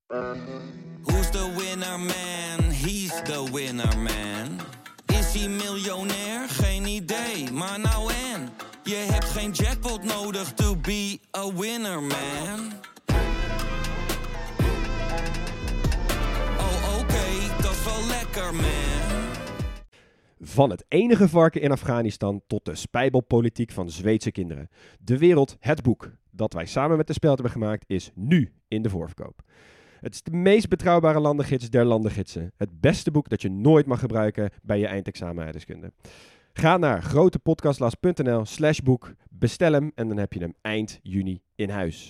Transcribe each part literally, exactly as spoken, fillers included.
Who's the winner man? He's the winner man. Is hij miljonair? Geen idee, maar nou en. Je hebt geen jackpot nodig to be a winner man. Oh oké, okay, dat is wel lekker man. Van het enige varken in Afghanistan tot de spijbelpolitiek van Zweedse kinderen. De Wereld, het boek dat wij samen met de Speld hebben gemaakt, is nu in de voorverkoop. Het is de meest betrouwbare landengids der landengidsen. Het beste boek dat je nooit mag gebruiken bij je eindexamen aardrijkskunde. Ga naar grotepodcastlas.nl slash boek, bestel hem en dan heb je hem eind juni in huis.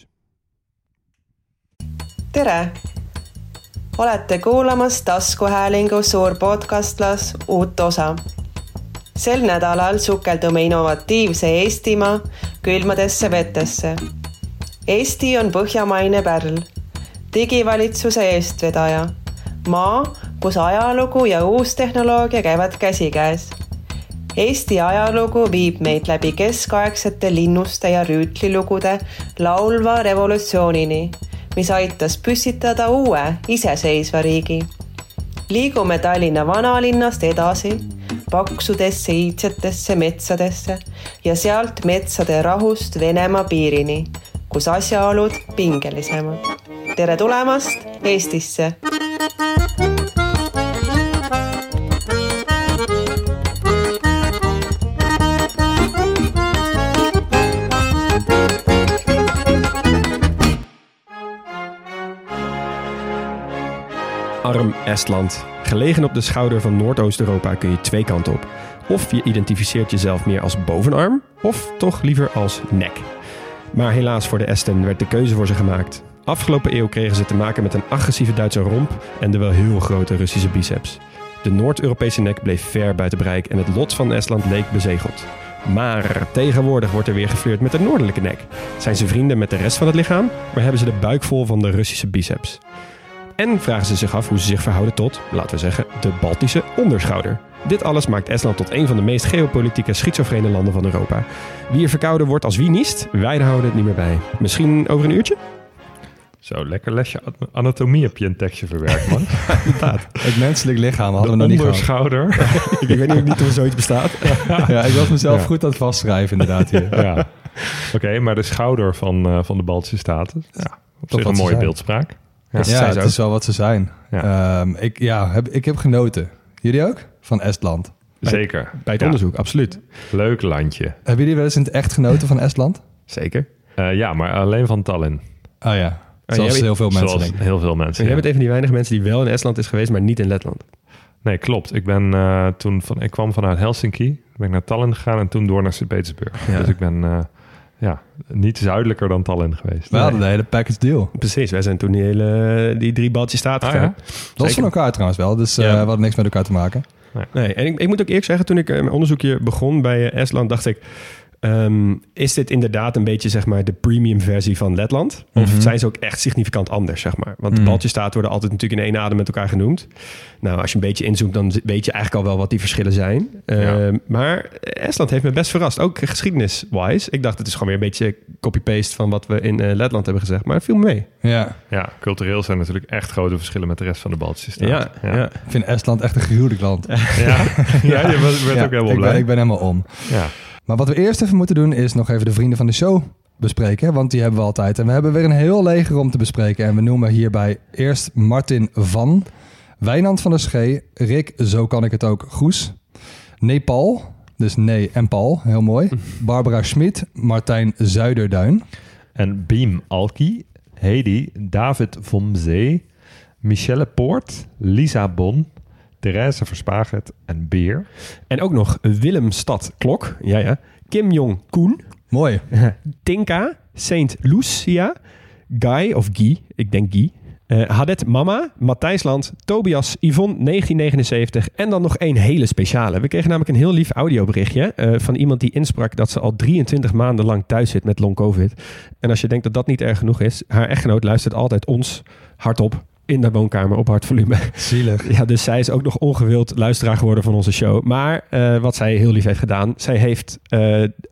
Tere! Olete kuulamas taskuhäälingu Suur Podcastlas uut osa. Sel nädalal sukeldume innovatiivse Eestimaa külmadesse vetesse. Eesti on põhjamaine pärl, digivalitsuse eestvedaja, maa, kus ajalugu ja uus tehnoloogia käivad käsikäes. Eesti ajalugu viib meid läbi keskaegsete linnuste ja rüütlilugude laulva revolutsioonini, mis aitas püstitada uue iseseisva riigi. Liigume Tallinna vanalinnast edasi, paksudesse iidsetesse metsadesse ja sealt metsade rahust Venemaa piirini, kus asjaolud pingelisemad. Tere tulemast Eestisse! Arm Estland. Gelegen op de schouder van Noordoost-Europa kun je twee kanten op. Of je identificeert jezelf meer als bovenarm, of toch liever als nek. Maar helaas voor de Esten werd de keuze voor ze gemaakt. Afgelopen eeuw kregen ze te maken met een agressieve Duitse romp en de wel heel grote Russische biceps. De Noord-Europese nek bleef ver buiten bereik en het lot van Estland leek bezegeld. Maar tegenwoordig wordt er weer geflirt met de noordelijke nek. Zijn ze vrienden met de rest van het lichaam, maar hebben ze de buik vol van de Russische biceps? En vragen ze zich af hoe ze zich verhouden tot, laten we zeggen, de Baltische onderschouder. Dit alles maakt Estland tot een van de meest geopolitieke schizofrene landen van Europa. Wie er verkouden wordt als wie niest, wij houden het niet meer bij. Misschien over een uurtje? Zo, lekker lesje anatomie heb je een tekstje verwerkt, man. Inderdaad. Het menselijk lichaam hadden de we nog niet gehad. onderschouder. ik weet niet, niet of zoiets bestaat. Ja, ik was mezelf Ja. goed aan het vastschrijven inderdaad hier. Ja. Oké, okay, maar de schouder van, uh, van de Baltische Staten. Ja, op zich wat een ze mooie zijn. beeldspraak. Ja, zijn het ze is wel wat ze zijn. Ja. Um, ik, ja, heb, ik heb genoten. Jullie ook? Van Estland. Zeker. Bij het Ja. onderzoek, absoluut. Leuk landje. Hebben jullie wel eens in het echt genoten van Estland? Zeker. Uh, ja, maar alleen van Tallinn. Oh ja, Oh, zoals jij- heel veel mensen Zoals denken. heel veel mensen. Jij ja. bent een van die weinige mensen die wel in Estland is geweest, maar niet in Letland. Nee, klopt. Ik ben uh, toen van, ik kwam vanuit Helsinki, ben ik naar Tallinn gegaan en toen door naar Sint-Petersburg. Ja. Dus ik ben uh, ja, niet zuidelijker dan Tallinn geweest. We hadden de hele package deal. Precies, wij zijn toen die, hele, die drie Baltische staten Ah, gegaan. ja? Los van elkaar trouwens wel, dus uh, Ja. we hadden niks met elkaar te maken. Nee, en ik, ik moet ook eerlijk zeggen, toen ik uh, mijn onderzoekje begon bij uh, Estland, dacht ik, um, is dit inderdaad een beetje zeg maar de premium versie van Letland? Of Mm-hmm. zijn ze ook echt significant anders, zeg maar? Want de Mm. Baltische staten worden altijd natuurlijk in één adem met elkaar genoemd. Nou, als je een beetje inzoomt, dan weet je eigenlijk al wel wat die verschillen zijn. Uh, Ja. Maar Estland heeft me best verrast, ook geschiedenis-wise. Ik dacht, het is gewoon weer een beetje copy-paste van wat we in uh, Letland hebben gezegd, maar het viel me mee. Ja, Ja, cultureel zijn natuurlijk echt grote verschillen met de rest van de Baltische staten. Ja, ja. ja. ik vind Estland echt een gruwelijk land. Ja, ja, je werd, werd Ja, ook helemaal ik blij. ben, ik ben helemaal om. Ja. Maar wat we eerst even moeten doen is nog even de vrienden van de show bespreken. Want die hebben we altijd. En we hebben weer een heel leger om te bespreken. En we noemen hierbij eerst Martin Van, Wijnand van der Schee, Rick, zo kan ik het ook, Goes, Nepal, dus Nee en Paul, heel mooi, Barbara Schmid, Martijn Zuiderduin. En Beam Alki, Hedy, David von Zee, Michelle Poort, Lisa Bon, Therese Verspagert en Beer. En ook nog Willem Stad Klok, ja ja, Kim Jong Koen, Mooi. Tinka, Saint Lucia, Guy of Guy, ik denk Guy, uh, Hadet Mama, Matthijs Land, Tobias, Yvonne negentien negenenzeventig en dan nog één hele speciale. We kregen namelijk een heel lief audioberichtje uh, van iemand die insprak dat ze al drieëntwintig maanden lang thuis zit met long covid. En als je denkt dat dat niet erg genoeg is, haar echtgenoot luistert altijd ons hardop in de woonkamer op hard volume. Zielig. Ja, dus zij is ook nog ongewild luisteraar geworden van onze show. Maar uh, wat zij heel lief heeft gedaan, zij heeft Uh,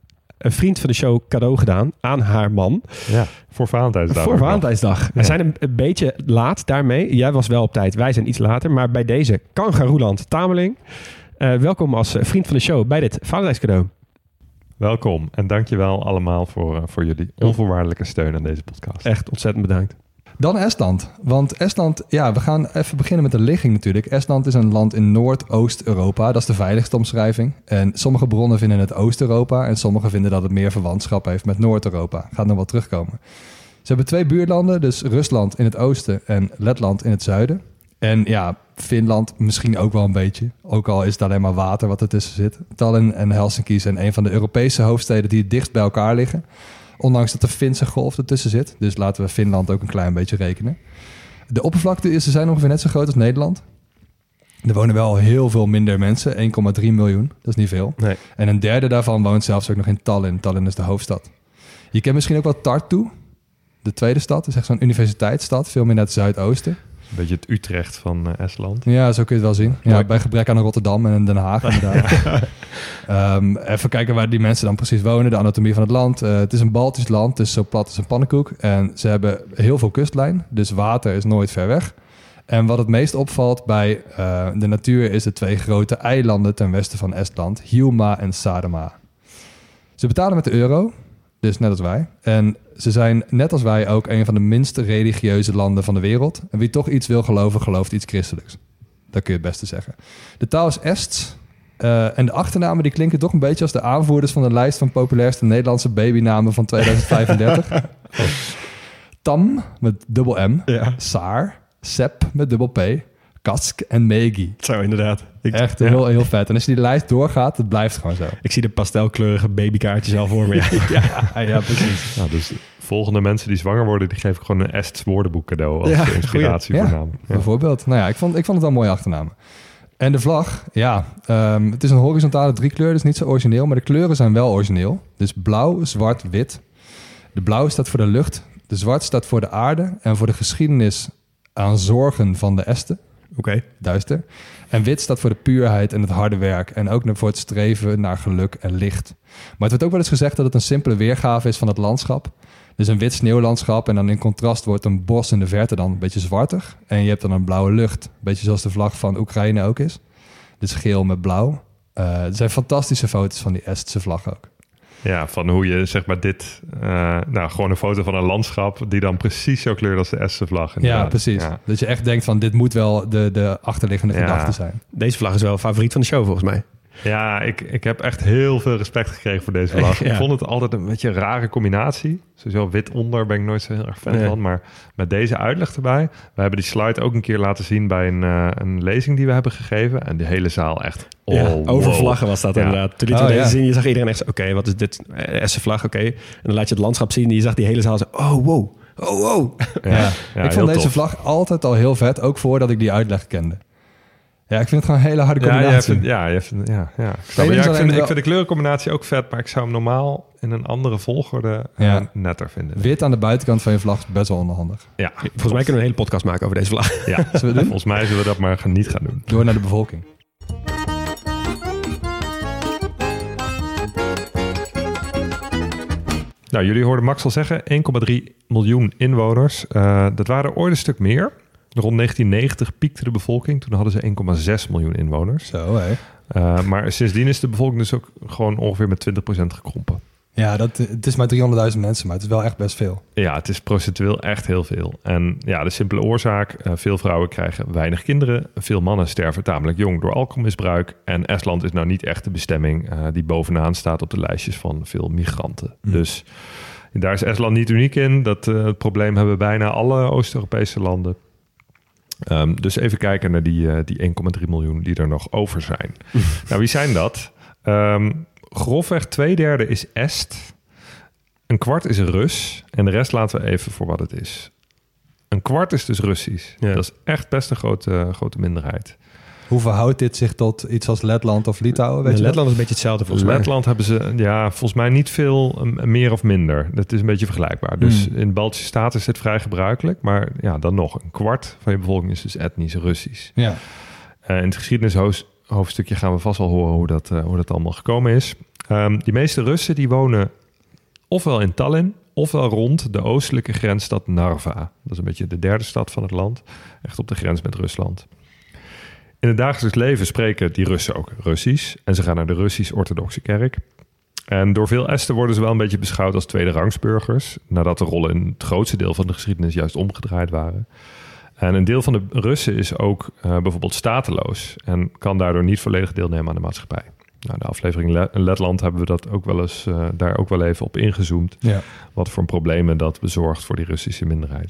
een vriend van de show cadeau gedaan aan haar man. Ja, voor Valentijnsdag. Voor Valentijnsdag. We zijn een, een beetje laat daarmee. Jij was wel op tijd, wij zijn iets later. Maar bij deze Kangaroeland Tameling. Uh, welkom als vriend van de show bij dit Valentijnscadeau. Welkom en dankjewel allemaal voor, uh, voor jullie onvoorwaardelijke steun aan deze podcast. Echt ontzettend bedankt. Dan Estland. Want Estland, ja, we gaan even beginnen met de ligging natuurlijk. Estland is een land in Noordoost-Europa. Dat is de veiligste omschrijving. En sommige bronnen vinden het Oost-Europa en sommige vinden dat het meer verwantschap heeft met Noord-Europa. Gaat nog wel terugkomen. Ze hebben twee buurlanden, dus Rusland in het oosten en Letland in het zuiden. En ja, Finland misschien ook wel een beetje. Ook al is het alleen maar water wat ertussen zit. Tallinn en Helsinki zijn een van de Europese hoofdsteden die het dichtst bij elkaar liggen. Ondanks dat de Finse golf ertussen zit. Dus laten we Finland ook een klein beetje rekenen. De oppervlakte is, ze zijn ongeveer net zo groot als Nederland. Er wonen wel heel veel minder mensen. één komma drie miljoen, dat is niet veel. Nee. En een derde daarvan woont zelfs ook nog in Tallinn. Tallinn is de hoofdstad. Je kent misschien ook wel Tartu. De tweede stad, dat is echt zo'n universiteitsstad. Veel meer naar het zuidoosten. Een beetje het Utrecht van uh, Estland. Ja, zo kun je het wel zien. Ja, bij gebrek aan Rotterdam en Den Haag inderdaad. um, even kijken waar die mensen dan precies wonen. De anatomie van het land. Uh, het is een Baltisch land, het is zo plat als een pannenkoek. En ze hebben heel veel kustlijn, dus water is nooit ver weg. En wat het meest opvalt bij uh, de natuur is de twee grote eilanden ten westen van Estland. Hiiumaa en Saaremaa. Ze betalen met de euro, dus net als wij. En ze zijn net als wij ook een van de minst religieuze landen van de wereld. En wie toch iets wil geloven, gelooft iets christelijks. Dat kun je het beste zeggen. De taal is Ests. Uh, en de achternamen die klinken toch een beetje als de aanvoerders van de lijst van populairste Nederlandse babynamen van tweeduizend vijfendertig. oh. Tam met dubbel M. Ja. Saar. Sepp met dubbel P. Kask en Megi. Zo, inderdaad. Ik, Echt ja. heel, heel vet. En als je die lijst doorgaat, het blijft gewoon zo. Ik zie de pastelkleurige babykaartjes al voor me. Ja, ja, ja, precies. Nou, dus volgende mensen die zwanger worden, die geef ik gewoon een Ests woordenboek cadeau als Ja, inspiratie goeie. voor naam. Ja. Bijvoorbeeld. Nou ja, ik vond, ik vond het wel een mooie achternamen. En de vlag, ja, um, het is een horizontale driekleur, dus niet zo origineel, maar de kleuren zijn wel origineel. Dus blauw, zwart, wit. De blauw staat voor de lucht, de zwart staat voor de aarde en voor de geschiedenis aan zorgen van de Esten. Oké. Okay. Duister. En wit staat voor de puurheid en het harde werk. En ook voor het streven naar geluk en licht. Maar het wordt ook wel eens gezegd dat het een simpele weergave is van het landschap. Dus een wit sneeuwlandschap en dan in contrast wordt een bos in de verte dan een beetje zwartig. En je hebt dan een blauwe lucht. Een beetje zoals de vlag van Oekraïne ook is. Dus geel met blauw. Uh, er zijn fantastische foto's van die Estse vlag ook. Ja, van hoe je zeg maar dit... Uh, nou, gewoon een foto van een landschap die dan precies zo kleurt als de Estse vlag. Inderdaad. Ja, precies. Ja. Dat je echt denkt van dit moet wel de, de achterliggende ja. gedachte zijn. Deze vlag is wel favoriet van de show volgens mij. Ja, ik, ik heb echt heel veel respect gekregen voor deze vlag. Ja. Ik vond het altijd een beetje een rare combinatie. Sowieso wit onder ben ik nooit zo heel erg fan nee. van. Maar met deze uitleg erbij. We hebben die slide ook een keer laten zien bij een, uh, een lezing die we hebben gegeven. En de hele zaal echt... Oh, ja, over wow. vlaggen was dat ja. inderdaad. Toen liet oh, we deze ja. zien, je zag iedereen echt zo... Oké, okay, wat is dit? Estse vlag, oké. Okay. En dan laat je het landschap zien en je zag die hele zaal zo... Oh, wow. Oh, wow. Ja. Ja. Ja, ik vond deze tof. vlag altijd al heel vet. Ook voordat ik die uitleg kende. Ja, ik vind het gewoon een hele harde combinatie. Ja, je vindt, ja, ja, ja. Ik, ja, ja, ik, vind, wel... ik vind de kleurencombinatie ook vet, maar ik zou hem normaal in een andere volgorde ja. uh, netter vinden. Wit aan de buitenkant van je vlag is best wel onhandig. Ja, volgens mij kunnen we een hele podcast maken over deze vlag. Ja, zullen we doen? Volgens mij zullen we dat maar niet gaan doen. Door naar de bevolking. Nou, jullie hoorden Max al zeggen, één komma drie miljoen inwoners. Uh, dat waren er ooit een stuk meer. Rond negentien negentig piekte de bevolking. Toen hadden ze één komma zes miljoen inwoners. Zo, hé. Uh, maar sindsdien is de bevolking dus ook gewoon ongeveer met twintig procent gekrompen. Ja, dat, het is maar driehonderdduizend mensen, maar het is wel echt best veel. Ja, het is procentueel echt heel veel. En ja, de simpele oorzaak, uh, veel vrouwen krijgen weinig kinderen. Veel mannen sterven tamelijk jong door alcoholmisbruik. En Estland is nou niet echt de bestemming uh, die bovenaan staat op de lijstjes van veel migranten. Mm. Dus daar is Estland niet uniek in. Dat uh, het probleem hebben bijna alle Oost-Europese landen. Um, dus even kijken naar die, uh, die één komma drie miljoen die er nog over zijn. Nou, wie zijn dat? Um, grofweg twee derde is Est. Een kwart is Rus. En de rest laten we even voor wat het is. Een kwart is dus Russisch. Ja. Dat is echt best een grote, grote minderheid. Hoe verhoudt dit zich tot iets als Letland of Litouwen? Weet ja, je Letland is een beetje hetzelfde volgens mij. Letland hebben ze, ja, volgens mij niet veel um, meer of minder. Dat is een beetje vergelijkbaar. Dus hmm. in de Baltische Staten is dit vrij gebruikelijk. Maar ja, dan nog. Een kwart van je bevolking is dus etnisch Russisch. Ja. Uh, in het geschiedenishoofdstukje gaan we vast wel horen hoe dat, uh, hoe dat allemaal gekomen is. Um, die meeste Russen die wonen ofwel in Tallinn, ofwel rond de oostelijke grensstad Narva. Dat is een beetje de derde stad van het land, echt op de grens met Rusland. In het dagelijks leven spreken die Russen ook Russisch en ze gaan naar de Russisch-orthodoxe kerk. En door veel Esten worden ze wel een beetje beschouwd als tweederangsburgers, nadat de rollen in het grootste deel van de geschiedenis juist omgedraaid waren. En een deel van de Russen is ook uh, bijvoorbeeld stateloos en kan daardoor niet volledig deelnemen aan de maatschappij. Nou, de aflevering Le- Letland hebben we dat ook wel eens, uh, daar ook wel even op ingezoomd. Ja. Wat voor problemen dat bezorgt voor die Russische minderheid.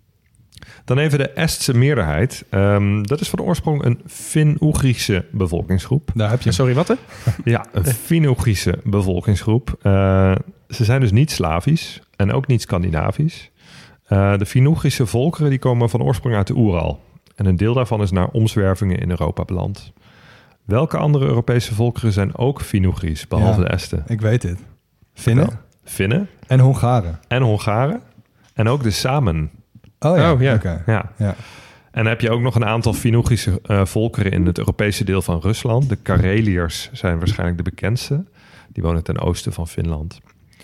Dan even de Estse meerderheid. Um, dat is van oorsprong een Fin-Oegrische bevolkingsgroep. Daar heb je. Sorry, wat? Hè? Ja, een Fin-Oegrische bevolkingsgroep. Uh, ze zijn dus niet Slavisch en ook niet Scandinavisch. Uh, de Fin-Oegrische volkeren die komen van oorsprong uit de Oeral. En een deel daarvan is naar omzwervingen in Europa beland. Welke andere Europese volkeren zijn ook Fin-Oegrisch, behalve ja, de Esten? Ik weet het. Finnen. Nou, Finnen. En Hongaren. En Hongaren. En ook de Samen. Oh ja, oh, ja. Okay. ja. ja. En dan heb je ook nog een aantal Fin-Oegrische uh, volkeren in het Europese deel van Rusland. De Kareliërs zijn waarschijnlijk de bekendste. Die wonen ten oosten van Finland.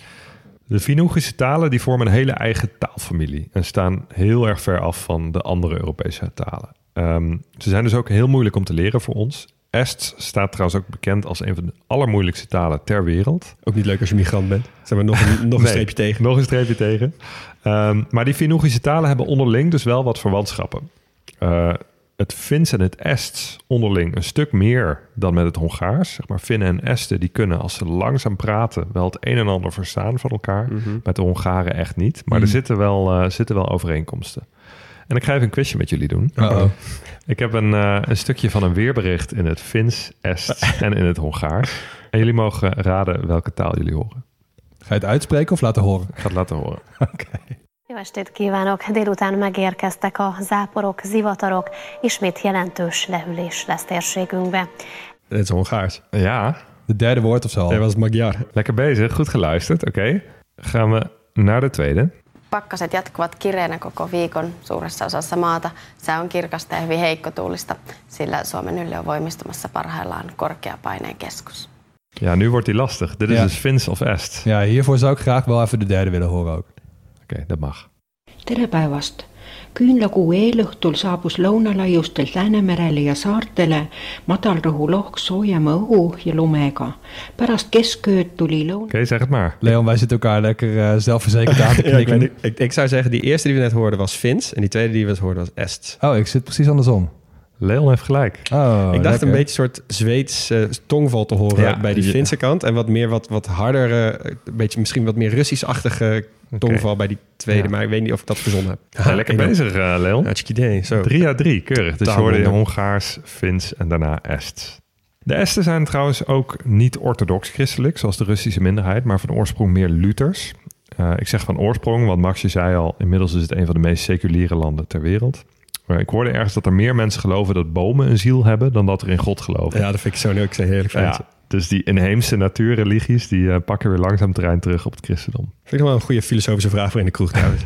De Fin-Oegrische talen die vormen een hele eigen taalfamilie en staan heel erg ver af van de andere Europese talen. Um, ze zijn dus ook heel moeilijk om te leren voor ons. Ests staat trouwens ook bekend als een van de allermoeilijkste talen ter wereld. Ook niet leuk als je migrant bent. Zeg maar nog een, nog een nee, streepje tegen. Nog een streepje tegen. Um, maar die Fin-Oegrische talen hebben onderling dus wel wat verwantschappen. Uh, het Fins en het Ests onderling een stuk meer dan met het Hongaars. Zeg maar Finnen en Esten die kunnen als ze langzaam praten wel het een en ander verstaan van elkaar. Mm-hmm. Met de Hongaren echt niet. Maar mm. er zitten wel, uh, zitten wel overeenkomsten. En ik ga even een quizje met jullie doen. Uh-oh. Ik heb een, uh, een stukje van een weerbericht in het Fins, Ests en in het Hongaars. En jullie mogen raden welke taal jullie horen. Ga je het uitspreken of laten horen? Ik ga het laten horen. Oké. Okay. Jó estét kívánok! Délután megérkeztek a záporok, zivatarok, ismét jelentős lehűlés lesz térségünkbe. Het is Hongaars. Ja. De derde woord of zo. Dat was Magyar. Lekker bezig, goed geluisterd. Oké, okay. Gaan we naar de tweede. Pakkaset jatkuvat kireenä koko viikon suuressa osassa maata. Sää on kirkasta ja hyvin heikkotuulista, sillä Suomen ylle on voimistumassa parhaillaan korkeapaineen keskus. Ja, nu wordt die lastig. Dit is ja. dus Fins of Est. Ja, hiervoor zou ik graag wel even de derde willen horen ook. Oké, okay, dat mag. Tere päevast! Küünlakuu eelõhtul saabus lõunalaiustelt Läänemerele ja saartele madalrõhulohk soojema õhu ja lumega. Pärast keskööd tuli lõuna... Oké, okay, zeg het maar. Leon, wij zitten elkaar lekker uh, zelfverzekerd aan te knikken. ja, ik, ik, ik zou zeggen, die eerste die we net hoorden was Fins en die tweede die we net hoorden was Est. Oh, ik zit precies andersom. Leon heeft gelijk. Oh, ik dacht lekker. een beetje een soort Zweeds uh, tongval te horen ja, bij die ja. Finse kant. En wat meer, wat, wat harder, uh, een beetje misschien wat meer Russisch-achtige tongval okay. bij die tweede. Ja. Maar ik weet niet of ik dat verzonnen heb. Ja, lekker bezig, uh, Leon. Hartstikke idee. Zo. Drie à drie, keurig. Dus je hoorde je Hongaars, Fins en daarna Est. De Esten zijn trouwens ook niet orthodox christelijk, zoals de Russische minderheid, maar van oorsprong meer Luthers. Uh, ik zeg van oorsprong, want Max, je zei al, inmiddels is het een van de meest seculiere landen ter wereld. Ik hoorde ergens dat er meer mensen geloven dat bomen een ziel hebben dan dat er in God geloven. Ja, dat vind ik zo leuk. Heerlijk vind. Ja, dus die inheemse natuurreligies die uh, pakken weer langzaam terrein terug op het christendom. Vind ik nog wel een goede filosofische vraag voor in de kroeg trouwens.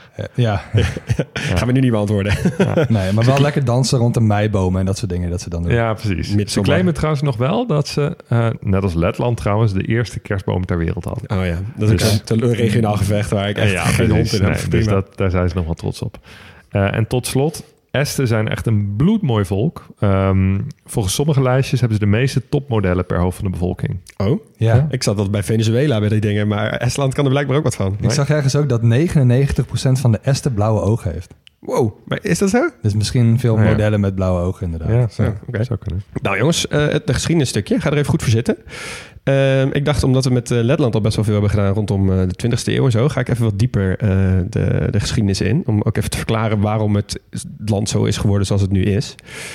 ja. ja. Gaan we nu niet beantwoorden. Ja. Nee, maar wel lekker dansen rond de meibomen en dat soort dingen dat ze dan doen. Ja, precies. Midsommar. Ze claimen trouwens nog wel dat ze, uh, net als Letland trouwens, de eerste kerstboom ter wereld hadden. Oh ja, dat is dus, een, een regionaal gevecht waar ik echt ja, geen precies, hond in heb. Nee, dus dat, daar zijn ze nog wel trots op. Uh, en tot slot, Esten zijn echt een bloedmooi volk. Um, volgens sommige lijstjes hebben ze de meeste topmodellen per hoofd van de bevolking. Oh, ja. ja. Ik zat dat bij Venezuela bij die dingen, maar Estland kan er blijkbaar ook wat van. Ik zag ergens ook dat negenennegentig procent van de Esten blauwe ogen heeft. Wow, maar is dat zo? Dus misschien veel oh, ja. modellen met blauwe ogen inderdaad. Ja, zo, ja okay. zou kunnen. Nou jongens, uh, het geschiedenisstukje. Ga er even goed voor zitten. Uh, ik dacht, omdat we met uh, Letland al best wel veel hebben gedaan rondom uh, de twintigste eeuw en zo, ga ik even wat dieper uh, de, de geschiedenis in. Om ook even te verklaren waarom het land zo is geworden zoals het nu is.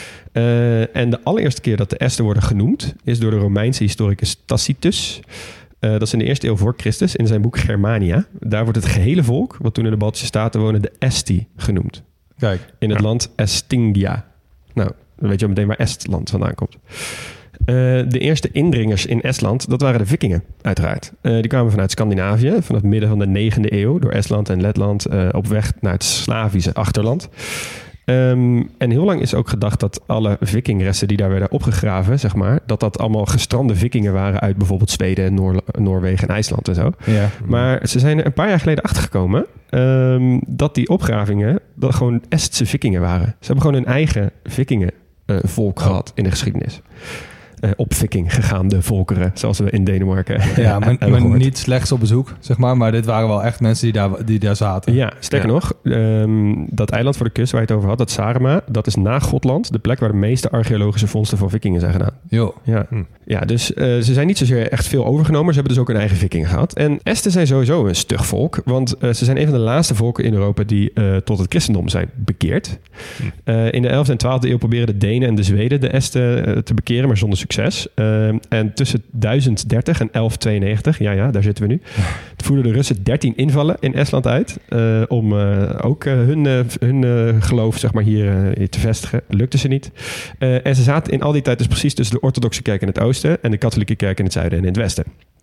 Uh, en de allereerste keer dat de Esten worden genoemd is door de Romeinse historicus Tacitus. Uh, dat is in de eerste eeuw voor Christus in zijn boek Germania. Daar wordt het gehele volk, wat toen in de Baltische Staten woonde, de Esti genoemd. Kijk. In het ja. land Estingia. Nou, dan weet je al meteen waar Estland vandaan komt. Uh, de eerste indringers in Estland, dat waren de Vikingen, uiteraard. Uh, die kwamen vanuit Scandinavië, vanaf het midden van de negende eeuw, door Estland en Letland, uh, op weg naar het Slavische achterland. Um, en heel lang is ook gedacht dat alle vikingresten die daar werden opgegraven, zeg maar, dat dat allemaal gestrande vikingen waren uit bijvoorbeeld Zweden, Noor- Noorwegen en IJsland en zo. Ja. Maar ze zijn er een paar jaar geleden achtergekomen um, dat die opgravingen dat gewoon Estse vikingen waren. Ze hebben gewoon hun eigen vikingenvolk uh, Oh. gehad in de geschiedenis. Uh, op viking gegaande volkeren, zoals we in Denemarken Ja, maar, hebben maar gehoord. niet slechts op bezoek, zeg maar. Maar dit waren wel echt mensen die daar, die daar zaten. Ja, sterker Ja. nog, um, dat eiland voor de kust waar je het over had, dat Saaremaa, dat is na Gotland de plek waar de meeste archeologische vondsten van vikingen zijn gedaan. Jo. Ja, Hm. ja dus uh, ze zijn niet zozeer echt veel overgenomen. Ze hebben dus ook een eigen viking gehad. En Esten zijn sowieso een stug volk. Want uh, ze zijn een van de laatste volken in Europa die uh, tot het christendom zijn bekeerd. Hm. Uh, in de elfde en twaalfde eeuw proberen de Denen en de Zweden de Esten uh, te bekeren, maar zonder succes. Uh, en tussen duizend dertig en elf tweeënnegentig, ja ja, daar zitten we nu, voerden de Russen dertien invallen in Estland uit. Uh, om uh, ook uh, hun, uh, hun uh, geloof zeg maar, hier uh, te vestigen. Lukte ze niet. Uh, en ze zaten in al die tijd dus precies tussen de orthodoxe kerk in het oosten en de katholieke kerk in het zuiden en in het westen.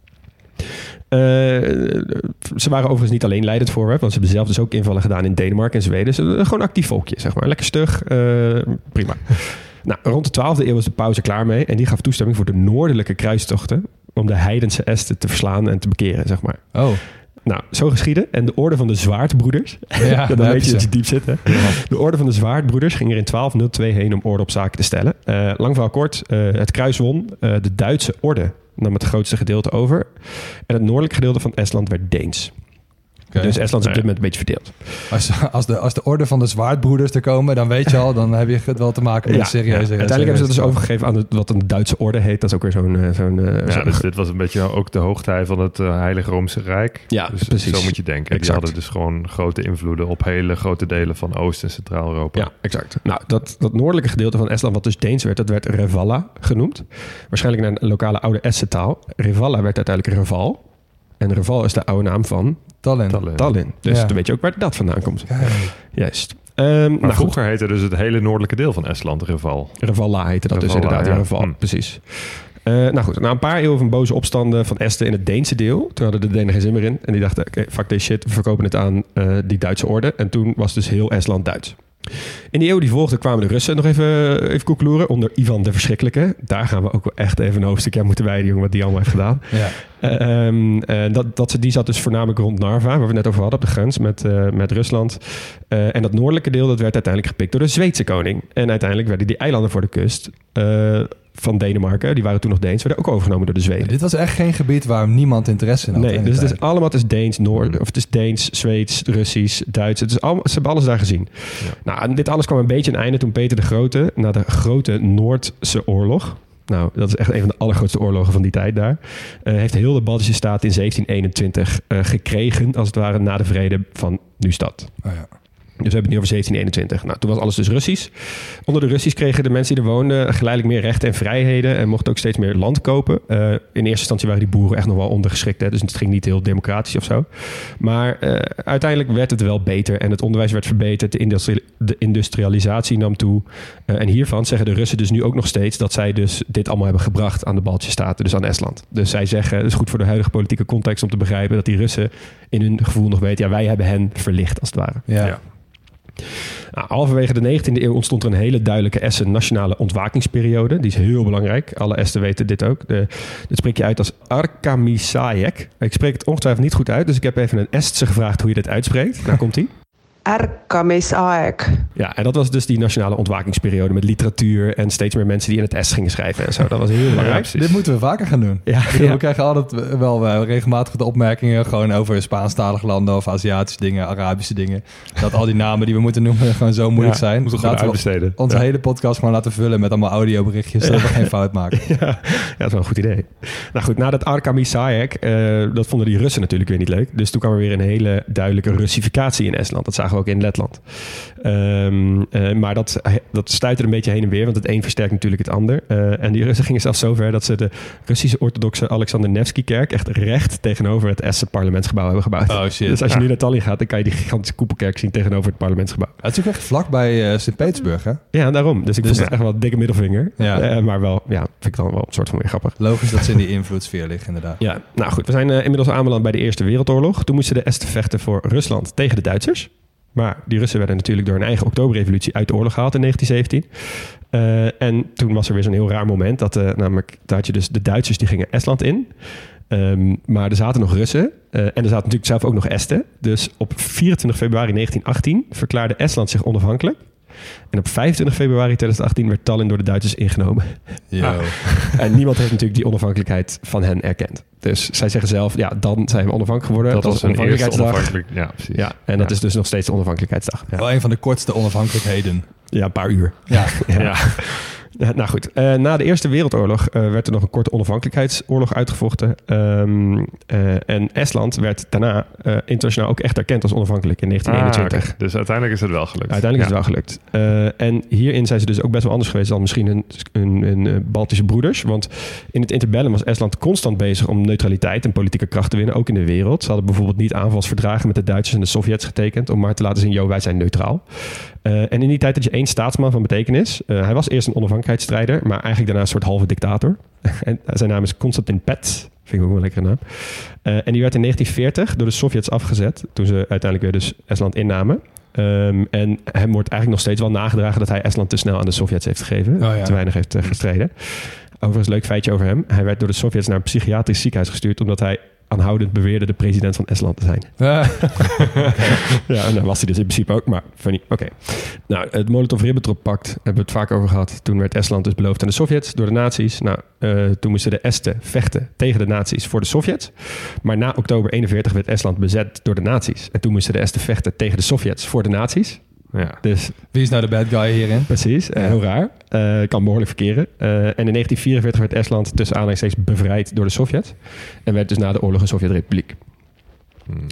Uh, ze waren overigens niet alleen leidend voorwerp, want ze hebben zelf dus ook invallen gedaan in Denemarken en Zweden. Ze uh, gewoon een actief volkje, zeg maar. Lekker stug, uh, prima. Nou, rond de twaalfde eeuw was de paus er klaar mee en die gaf toestemming voor de noordelijke kruistochten om de heidense Esten te verslaan en te bekeren, zeg maar. Oh. Nou, zo geschiedde. En de orde van de Zwaardbroeders, Ja, dan daar weet heb je je dat ze. je diep zit, hè? De orde van de Zwaardbroeders ging er in twaalf nul twee heen om orde op zaken te stellen. Uh, lang verhaal kort, uh, het kruis won. Uh, de Duitse orde nam het grootste gedeelte over. En het noordelijke gedeelte van Estland werd Deens. Okay. Dus Estland is op dit moment een beetje verdeeld. Als, als, de, als de orde van de zwaardbroeders er komen, dan weet je al, dan heb je het wel te maken met Ja, een serieuze... ja. Uiteindelijk hebben ze het dus serieuze- overgegeven aan de, wat een Duitse orde heet. Dat is ook weer zo'n... uh, zo'n uh, Ja, zo'n- dus dit was een beetje ook de hoogtij van het uh, Heilige Roomse Rijk. Ja, dus precies. zo moet je denken. Die Exact. hadden dus gewoon grote invloeden op hele grote delen van Oost- en Centraal-Europa. Ja, exact. Nou, dat, dat noordelijke gedeelte van Estland, wat dus Deens werd, dat werd Revalla genoemd. Waarschijnlijk naar een lokale oude Estse taal. Revalla werd uiteindelijk Reval. En Reval is de oude naam van Tallinn. Tallinn. Tallinn. Dus Ja. dan weet je ook waar dat vandaan komt. Kijk. Juist. Um, Maar nou goed, vroeger heette dus het hele noordelijke deel van Estland Reval. Revalla heette dat dus Revalla, inderdaad. Ja, ja. Reval, Hm. precies. Uh, nou goed, na een paar eeuwen van boze opstanden van Esten in het Deense deel, toen hadden de Denen geen zin meer in. En die dachten, oké, okay, fuck this shit, we verkopen het aan uh, die Duitse orde. En toen was dus heel Estland Duits. In die eeuw die volgde kwamen de Russen nog even, even koekeloeren onder Ivan de Verschrikkelijke. Daar gaan we ook wel echt even een hoofdstuk aan moeten wijden, jongen, wat die allemaal heeft gedaan. Ja. Uh, um, uh, dat, dat, die zat dus voornamelijk rond Narva, waar we het net over hadden, op de grens met, uh, met Rusland. Uh, en dat noordelijke deel, dat werd uiteindelijk gepikt door de Zweedse koning. En uiteindelijk werden die eilanden voor de kust uh, van Denemarken, die waren toen nog Deens, werden ook overgenomen door de Zweden. Ja, dit was echt geen gebied waar niemand interesse in had. Nee, in de dus het is tijd. allemaal het is Deens, Noord, of het is Deens, Zweeds, Russisch, Duits. Het is allemaal, ze hebben alles daar gezien. Ja. Nou, en dit alles kwam een beetje een einde toen Peter de Grote, na de grote Noordse oorlog, nou, dat is echt een van de allergrootste oorlogen van die tijd daar, uh, heeft heel de Baltische staat in zeventien eenentwintig uh, gekregen, als het ware, na de vrede van Nystad. Oh ja. Dus we hebben het nu over zeventien eenentwintig. Nou, toen was alles dus Russisch. Onder de Russisch kregen de mensen die er woonden geleidelijk meer rechten en vrijheden en mochten ook steeds meer land kopen. Uh, in eerste instantie waren die boeren echt nog wel ondergeschikt, hè, dus het ging niet heel democratisch of zo. Maar uh, uiteindelijk werd het wel beter en het onderwijs werd verbeterd. De, industri- de industrialisatie nam toe. Uh, en hiervan zeggen de Russen dus nu ook nog steeds dat zij dus dit allemaal hebben gebracht aan de Baltische Staten, dus aan Estland. Dus zij zeggen, het is goed voor de huidige politieke context om te begrijpen dat die Russen in hun gevoel nog weten, ja, wij hebben hen verlicht als het ware. Ja. Ja. Nou, halverwege de negentiende eeuw ontstond er een hele duidelijke Estse nationale ontwakingsperiode. Die is heel belangrijk. Alle Esten weten dit ook. De, dit spreek je uit als Arkamisaek. Ik spreek het ongetwijfeld niet goed uit, dus ik heb even een Estse gevraagd hoe je dit uitspreekt. Daar komt ie. Ärkamisaeg. Ja, en dat was dus die nationale ontwakingsperiode met literatuur en steeds meer mensen die in het Est gingen schrijven en zo. Dat was heel belangrijk. Ja, Dit moeten we vaker gaan doen. Ja, Ik bedoel, ja. We krijgen altijd wel uh, regelmatig de opmerkingen gewoon over Spaanstalige landen of Aziatische dingen, Arabische dingen. Dat al die namen die we moeten noemen gewoon zo moeilijk Ja, zijn. moeten we gewoon Laten we uitbesteden. onze Ja. hele podcast gewoon laten vullen met allemaal audioberichtjes, zodat we geen fout maken. Ja, ja, dat is wel een goed idee. Nou goed, na dat Arkamisaek, uh, dat vonden die Russen natuurlijk weer niet leuk. Dus toen kwam er weer een hele duidelijke Russificatie in Estland. Dat zagen we ook in Letland. Um, uh, maar dat, dat stuitte een beetje heen en weer, want het een versterkt natuurlijk het ander. Uh, en die Russen gingen zelfs zover dat ze de Russische orthodoxe Alexander Nevsky-kerk echt recht tegenover het Estse parlementsgebouw hebben gebouwd. Oh shit. Dus als je Ja. nu naar Tallinn gaat, dan kan je die gigantische koepelkerk zien tegenover het parlementsgebouw. Het is ook echt vlak bij uh, Sint-Petersburg, hè? Ja, daarom. Dus ik Dus vond het ja. echt wel een dikke middelvinger. Ja. Uh, maar wel, ja, vind ik dan wel een soort van weer grappig. Logisch dat ze in die invloedssfeer liggen, inderdaad. Ja, nou goed. We zijn uh, inmiddels aanbeland bij de Eerste Wereldoorlog. Toen moesten de Esten vechten voor Rusland tegen de Duitsers. Maar die Russen werden natuurlijk door hun eigen oktoberrevolutie uit de oorlog gehaald in negentien zeventien. Uh, en toen was er weer zo'n heel raar moment. Dat, uh, namelijk, daar had je dus de Duitsers die gingen Estland in. Um, maar er zaten nog Russen. Uh, en er zaten natuurlijk zelf ook nog Esten. Dus op vierentwintig februari negentien achttien verklaarde Estland zich onafhankelijk. En op vijfentwintig februari tweeduizend achttien werd Tallinn door de Duitsers ingenomen. Ja. En niemand heeft natuurlijk die onafhankelijkheid van hen erkend. Dus zij zeggen zelf, ja, dan zijn we onafhankelijk geworden. Dat, dat was een eerste onafhankelijk... Ja, precies. Ja, en dat ja. is dus nog steeds de onafhankelijkheidsdag. Ja. Wel een van de kortste onafhankelijkheden. Ja, een paar uur. Ja. ja. ja. Nou goed, uh, na de Eerste Wereldoorlog uh, werd er nog een korte onafhankelijkheidsoorlog uitgevochten. Um, uh, en Estland werd daarna uh, internationaal ook echt erkend als onafhankelijk in negentien eenentwintig. Ah, okay. Dus uiteindelijk is het wel gelukt. Uiteindelijk ja. is het wel gelukt. Uh, en hierin zijn ze dus ook best wel anders geweest dan misschien hun, hun, hun uh, Baltische broeders. Want in het interbellum was Estland constant bezig om neutraliteit en politieke kracht te winnen, ook in de wereld. Ze hadden bijvoorbeeld niet aanvalsverdragen met de Duitsers en de Sovjets getekend om maar te laten zien, yo, wij zijn neutraal. Uh, en in die tijd had je één staatsman van betekenis. Uh, hij was eerst een onafhankelijkheidsstrijder, maar eigenlijk daarna een soort halve dictator. En zijn naam is Konstantin Päts. Vind ik ook wel een lekkere naam. Uh, en die werd in negentien veertig door de Sovjets afgezet, toen ze uiteindelijk weer dus Estland innamen. Um, en hem wordt eigenlijk nog steeds wel nagedragen dat hij Estland te snel aan de Sovjets heeft gegeven. Oh, ja. Te weinig heeft uh, gestreden. Overigens, leuk feitje over hem. Hij werd door de Sovjets naar een psychiatrisch ziekenhuis gestuurd omdat hij aanhoudend beweerde de president van Estland te zijn. Ja, ja en dan was hij dus in principe ook, maar funny. Oké. Okay. Nou, het Molotov-Ribbentrop-pact hebben we het vaak over gehad. Toen werd Estland dus beloofd aan de Sovjets door de nazi's. Nou, uh, toen moesten de Esten vechten tegen de nazi's voor de Sovjets. Maar na oktober eenenveertig werd Estland bezet door de nazi's. En toen moesten de Esten vechten tegen de Sovjets voor de nazi's. Ja. Dus, wie is nou de bad guy hierin? Precies, ja. uh, heel raar. Uh, kan behoorlijk verkeren. Uh, en in negentien vierenveertig werd Estland tussen aanhalingstekens bevrijd door de Sovjets. En werd dus na de oorlog een Sovjetrepubliek. Hmm.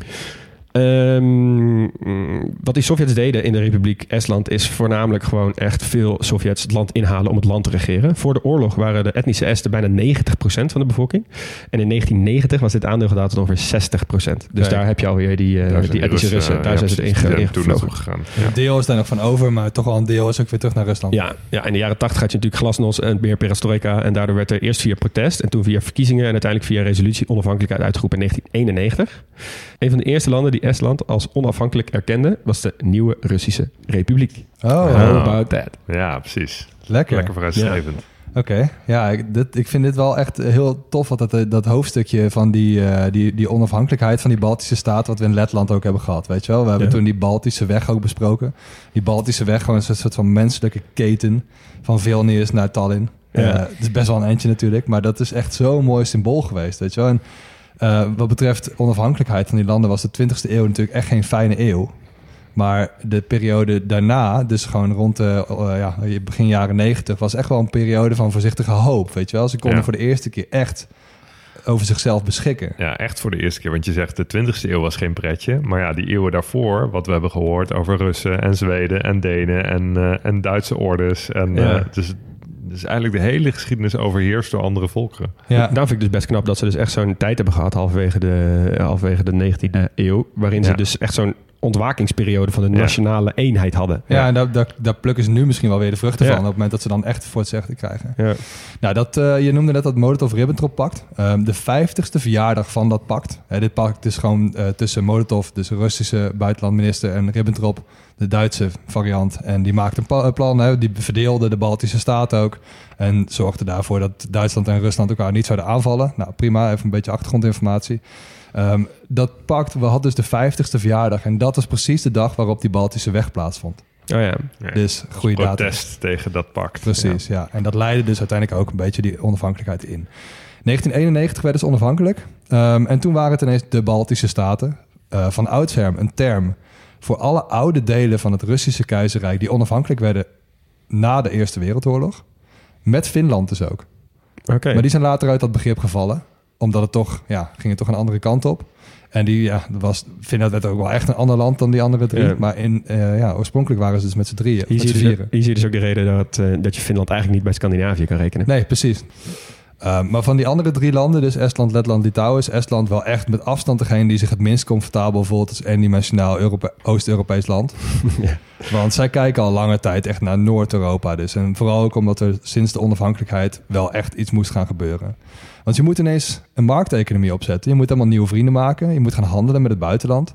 Um, wat die Sovjets deden in de Republiek Estland is voornamelijk gewoon echt veel Sovjets het land inhalen om het land te regeren. Voor de oorlog waren de etnische Esten bijna negentig procent van de bevolking. En in negentien negentig was dit aandeel gedaald tot ongeveer zestig procent. Dus Kijk, daar heb je alweer die, uh, die etnische Russen. Russen. Daar ja, zijn ze erin ingevlogen. Gegaan. Ja. Een deel is daar nog van over, maar toch wel een deel is ook weer terug naar Rusland. Ja, ja, in de jaren tachtig had je natuurlijk glasnost en meer perestroika. En daardoor werd er eerst via protest en toen via verkiezingen en uiteindelijk via resolutie onafhankelijkheid uitgeroepen in negentien eenennegentig. Een van de eerste landen die Estland als onafhankelijk erkende was de nieuwe Russische Republiek. Oh, how about that? Ja, precies. Lekker. Lekker vooruitstrevend. Ja. Oké, okay. ja, ik, dit, ik vind dit wel echt heel tof, wat dat, dat hoofdstukje van die, uh, die, die onafhankelijkheid van die Baltische staat, wat we in Letland ook hebben gehad, weet je wel. We hebben ja. toen die Baltische weg ook besproken. Die Baltische weg, gewoon een soort van menselijke keten van Vilnius naar Tallinn. Ja. Uh, het is best wel een eindje natuurlijk, maar dat is echt zo'n mooi symbool geweest, weet je wel. En Uh, wat betreft onafhankelijkheid van die landen was de twintigste eeuw natuurlijk echt geen fijne eeuw. Maar de periode daarna, dus gewoon rond de uh, ja, begin jaren negentig, was echt wel een periode van voorzichtige hoop. Weet je wel, ze konden ja. voor de eerste keer echt over zichzelf beschikken. Ja, echt voor de eerste keer. Want je zegt de twintigste eeuw was geen pretje. Maar ja, die eeuwen daarvoor, wat we hebben gehoord over Russen en Zweden en Denen en, uh, en Duitse ordes. En ja. uh, dus Dus eigenlijk de hele geschiedenis overheerst door andere volkeren. Ja. Daarom vind ik dus best knap dat ze dus echt zo'n tijd hebben gehad, halverwege de, halverwege de negentiende eeuw, waarin ja. ze dus echt zo'n ontwakingsperiode van de nationale ja. eenheid hadden. Ja, ja. en daar, daar, daar plukken ze nu misschien wel weer de vruchten ja. van, op het moment dat ze dan echt voor het zeggen krijgen. Ja. Nou, dat, uh, je noemde net dat Molotov-Ribbentrop-pact. Um, de vijftigste verjaardag van dat pact. Uh, dit pact is gewoon uh, tussen Molotov, dus de Russische buitenlandminister, en Ribbentrop, de Duitse variant. En die maakte een pa- plan, hè, die verdeelde de Baltische staten ook. En zorgde daarvoor dat Duitsland en Rusland elkaar niet zouden aanvallen. Nou, prima, even een beetje achtergrondinformatie. Um, dat pact, we hadden dus de vijftigste verjaardag. En dat was precies de dag waarop die Baltische weg plaatsvond. Oh ja. ja. Dus goede datum. Protest tegen dat pact. Precies, ja. ja. En dat leidde dus uiteindelijk ook een beetje die onafhankelijkheid in. negentien eenennegentig werden ze onafhankelijk. Um, en toen waren het ineens de Baltische staten. Uh, van oudsher een term voor alle oude delen van het Russische keizerrijk die onafhankelijk werden na de Eerste Wereldoorlog. Met Finland dus ook. Okay. Maar die zijn later uit dat begrip gevallen. Omdat het toch, ja, ging het toch een andere kant op. En die, ja, was, Finland werd ook wel echt een ander land dan die andere drie. Ja. Maar in, uh, ja, oorspronkelijk waren ze dus met z'n drieën. Hier, zie je, dus, hier zie je dus ook de reden dat, uh, dat je Finland eigenlijk niet bij Scandinavië kan rekenen. Nee, precies. Uh, maar van die andere drie landen, dus Estland, Letland, Litouwen, is Estland wel echt met afstand degene die zich het minst comfortabel voelt als eendimensionaal Europe- Oost-Europees land. Ja. Want zij kijken al lange tijd echt naar Noord-Europa dus. En vooral ook omdat er sinds de onafhankelijkheid wel echt iets moest gaan gebeuren. Want je moet ineens een markteconomie opzetten. Je moet allemaal nieuwe vrienden maken. Je moet gaan handelen met het buitenland.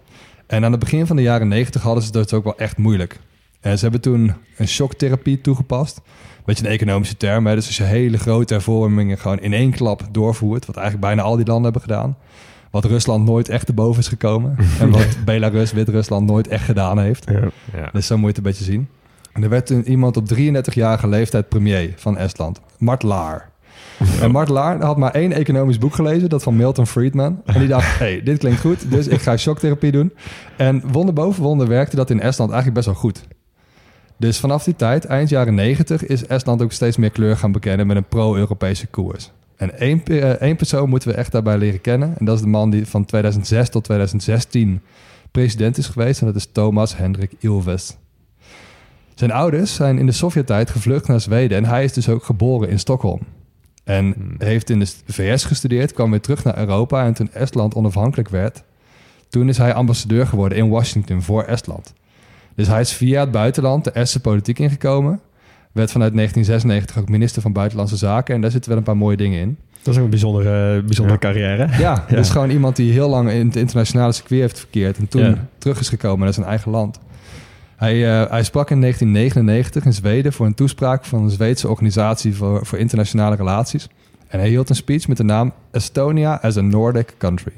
En aan het begin van de jaren negentig hadden ze het ook wel echt moeilijk. En ze hebben toen een shocktherapie toegepast. Beetje een economische term. Hè? Dus als je hele grote hervormingen gewoon in één klap doorvoert, wat eigenlijk bijna al die landen hebben gedaan. Wat Rusland nooit echt erboven is gekomen. En wat Belarus, Wit-Rusland nooit echt gedaan heeft. Ja. Ja. Dus zo moet je het een beetje zien. En er werd toen iemand op drieëndertigjarige leeftijd premier van Estland. Mart Laar. En Mart Laar had maar één economisch boek gelezen, dat van Milton Friedman. En die dacht, hey, dit klinkt goed, dus ik ga shocktherapie doen. En wonder boven wonder werkte dat in Estland eigenlijk best wel goed. Dus vanaf die tijd, eind jaren negentig, is Estland ook steeds meer kleur gaan bekennen met een pro-Europese koers. En één, één persoon moeten we echt daarbij leren kennen. En dat is de man die van tweeduizend zes tot tweeduizend zestien president is geweest. En dat is Thomas Hendrik Ilves. Zijn ouders zijn in de Sovjet-tijd gevlucht naar Zweden. En hij is dus ook geboren in Stockholm. En hmm. heeft in de V S gestudeerd, kwam weer terug naar Europa. En toen Estland onafhankelijk werd, toen is hij ambassadeur geworden in Washington voor Estland. Dus hij is via het buitenland de Estse politiek ingekomen. Werd vanuit negentien zesennegentig ook minister van Buitenlandse Zaken. En daar zitten wel een paar mooie dingen in. Dat is ook een bijzondere, bijzondere ja. carrière. Ja, ja, dus gewoon iemand die heel lang in het internationale circuit heeft verkeerd. En toen ja. terug is gekomen naar zijn eigen land. Hij, uh, hij sprak in negentien negenennegentig in Zweden voor een toespraak van een Zweedse organisatie voor, voor internationale relaties. En hij hield een speech met de naam Estonia as a Nordic Country.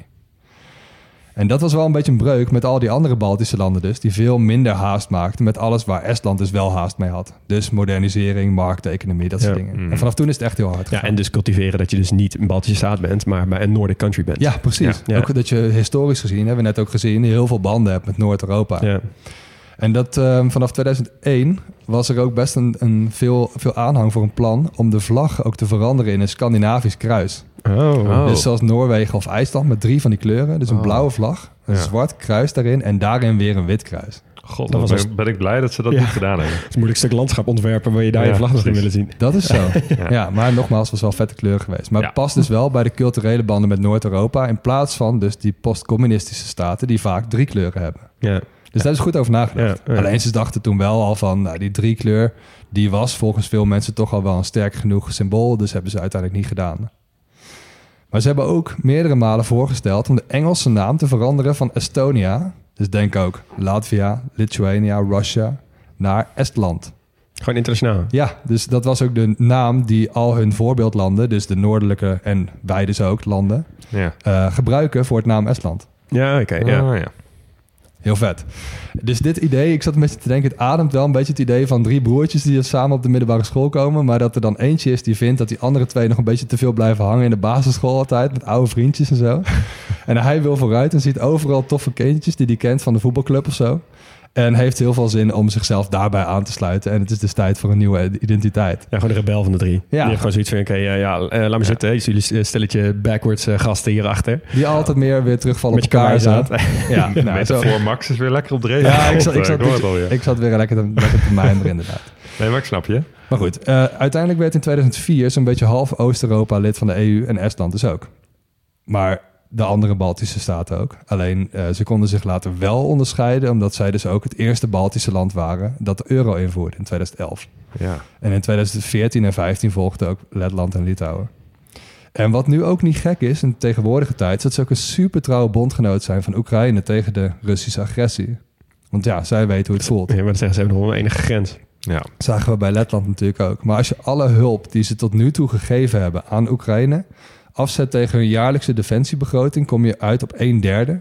En dat was wel een beetje een breuk met al die andere Baltische landen dus, die veel minder haast maakten met alles waar Estland dus wel haast mee had. Dus modernisering, markteconomie, dat soort ja. dingen. Mm. En vanaf toen is het echt heel hard gegaan. Ja, en dus cultiveren dat je dus niet een Baltische staat bent, maar bij een Nordic country bent. Ja, precies. Ja. Ook dat je historisch gezien, hebben we net ook gezien, heel veel banden hebt met Noord-Europa. Ja. En dat um, vanaf tweeduizend één was er ook best een, een veel, veel aanhang voor een plan om de vlag ook te veranderen in een Scandinavisch kruis. Oh. Oh. Dus zoals Noorwegen of IJsland met drie van die kleuren. Dus een oh. blauwe vlag, een ja. zwart kruis daarin en daarin weer een wit kruis. God, dan ben, ben ik blij dat ze dat ja. niet gedaan hebben. Het is een moeilijk stuk landschap ontwerpen waar je daar ja, je vlag nog in willen zien. Dat is zo. ja. ja, maar nogmaals, was wel vette kleur geweest. Maar ja. het past dus wel bij de culturele banden met Noord-Europa in plaats van dus die postcommunistische staten die vaak drie kleuren hebben. Ja. Dus daar is goed over nagedacht. Ja, ja. Alleen ze dachten toen wel al van, nou, die drie kleur, die was volgens veel mensen toch al wel een sterk genoeg symbool. Dus hebben ze uiteindelijk niet gedaan. Maar ze hebben ook meerdere malen voorgesteld om de Engelse naam te veranderen van Estonia. Dus denk ook Latvia, Lithuania, Russia, naar Estland. Gewoon internationaal? Ja, dus dat was ook de naam die al hun voorbeeldlanden, dus de noordelijke en wij dus ook landen, ja. uh, gebruiken voor het naam Estland. Ja, oké. Okay, ja. Oh, ja. Heel vet. Dus dit idee, ik zat een beetje te denken, het ademt wel een beetje het idee van drie broertjes die samen op de middelbare school komen, maar dat er dan eentje is die vindt dat die andere twee nog een beetje te veel blijven hangen in de basisschool altijd, met oude vriendjes en zo. En hij wil vooruit en ziet overal toffe kindjes die hij kent van de voetbalclub of zo. En heeft heel veel zin om zichzelf daarbij aan te sluiten. En het is dus tijd voor een nieuwe identiteit. Ja, gewoon de rebel van de drie. Ja. Die heeft gewoon zoiets van, oké, okay, uh, ja, uh, laat me ja. zitten. Jullie stelletje backwards uh, gasten hierachter. Die altijd meer weer terugvallen met op elkaar zaten. Ja, nou, met zo. Voor Max is weer lekker op de reden. Ja, ik zat, ik zat, ik zat, ik, ik zat weer lekker te, lekker te mijmeren inderdaad. Nee, maar ik snap je. Maar goed, uh, uiteindelijk werd in tweeduizend vier zo'n beetje half Oost-Europa lid van de E U en Estland dus ook. Maar de andere Baltische staten ook. Alleen uh, ze konden zich later wel onderscheiden, omdat zij dus ook het eerste Baltische land waren dat de euro invoerde in tweeduizend elf. Ja. En in tweeduizend veertien en vijftien volgden ook Letland en Litouwen. En wat nu ook niet gek is in de tegenwoordige tijd, is dat ze ook een super trouwe bondgenoot zijn van Oekraïne tegen de Russische agressie. Want ja, zij weten hoe het voelt. Ja, maar dat zeggen ze hebben nog een enige grens. Ja. Zagen we bij Letland natuurlijk ook. Maar als je alle hulp die ze tot nu toe gegeven hebben aan Oekraïne afzet tegen hun jaarlijkse defensiebegroting, kom je uit op een derde.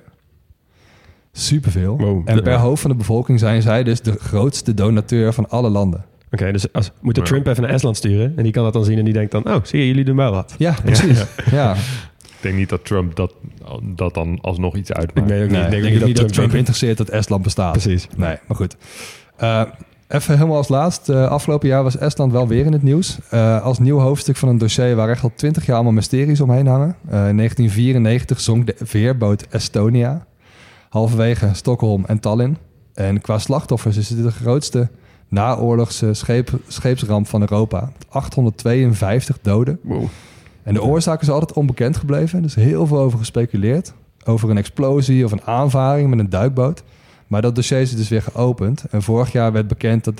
Superveel. Wow. En per hoofd van de bevolking zijn zij dus de grootste donateur van alle landen. Oké, okay, dus als, moet de Trump ja. even naar Estland sturen en die kan dat dan zien en die denkt dan, oh, zie je, jullie doen wel wat. Ja, precies. Ja. ja. Ik denk niet dat Trump dat, dat dan alsnog iets uitmaakt. Ik weet ook niet, nee, ik denk, denk niet dat, dat Trump, Trump interesseert dat Estland bestaat. Precies. Nee, maar goed. Uh, Even helemaal als laatst. Uh, afgelopen jaar was Estland wel weer in het nieuws. Uh, als nieuw hoofdstuk van een dossier waar echt al twintig jaar allemaal mysteries omheen hangen. Uh, in negentien vierennegentig zonk de veerboot Estonia. Halverwege Stockholm en Tallinn. En qua slachtoffers is het de grootste naoorlogse scheep, scheepsramp van Europa. achthonderdtweeënvijftig doden. Wow. En de oorzaak is altijd onbekend gebleven. Er is heel veel over gespeculeerd. Over een explosie of een aanvaring met een duikboot. Maar dat dossier is dus weer geopend. En vorig jaar werd bekend dat de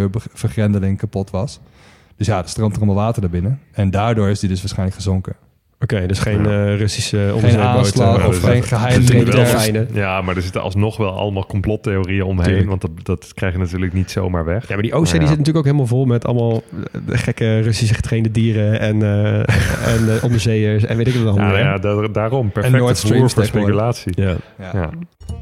boegdeurvergrendeling kapot was. Dus ja, er stroomt er allemaal water naar binnen. En daardoor is die dus waarschijnlijk gezonken. Oké, okay, dus geen uh, Russische geen onderzeeboten aanslag of geen geheim militair. Ja, maar er zitten alsnog wel allemaal complottheorieën omheen. Tuurlijk. Want dat, dat krijg je natuurlijk niet zomaar weg. Ja, maar die Oostzee ja. die zit natuurlijk ook helemaal vol met allemaal gekke Russische getrainde dieren en, uh, en uh, onderzeeërs en weet ik wat allemaal. Ja, ja da- daarom. Perfect voer voor speculatie. Ja. Ja. Ja.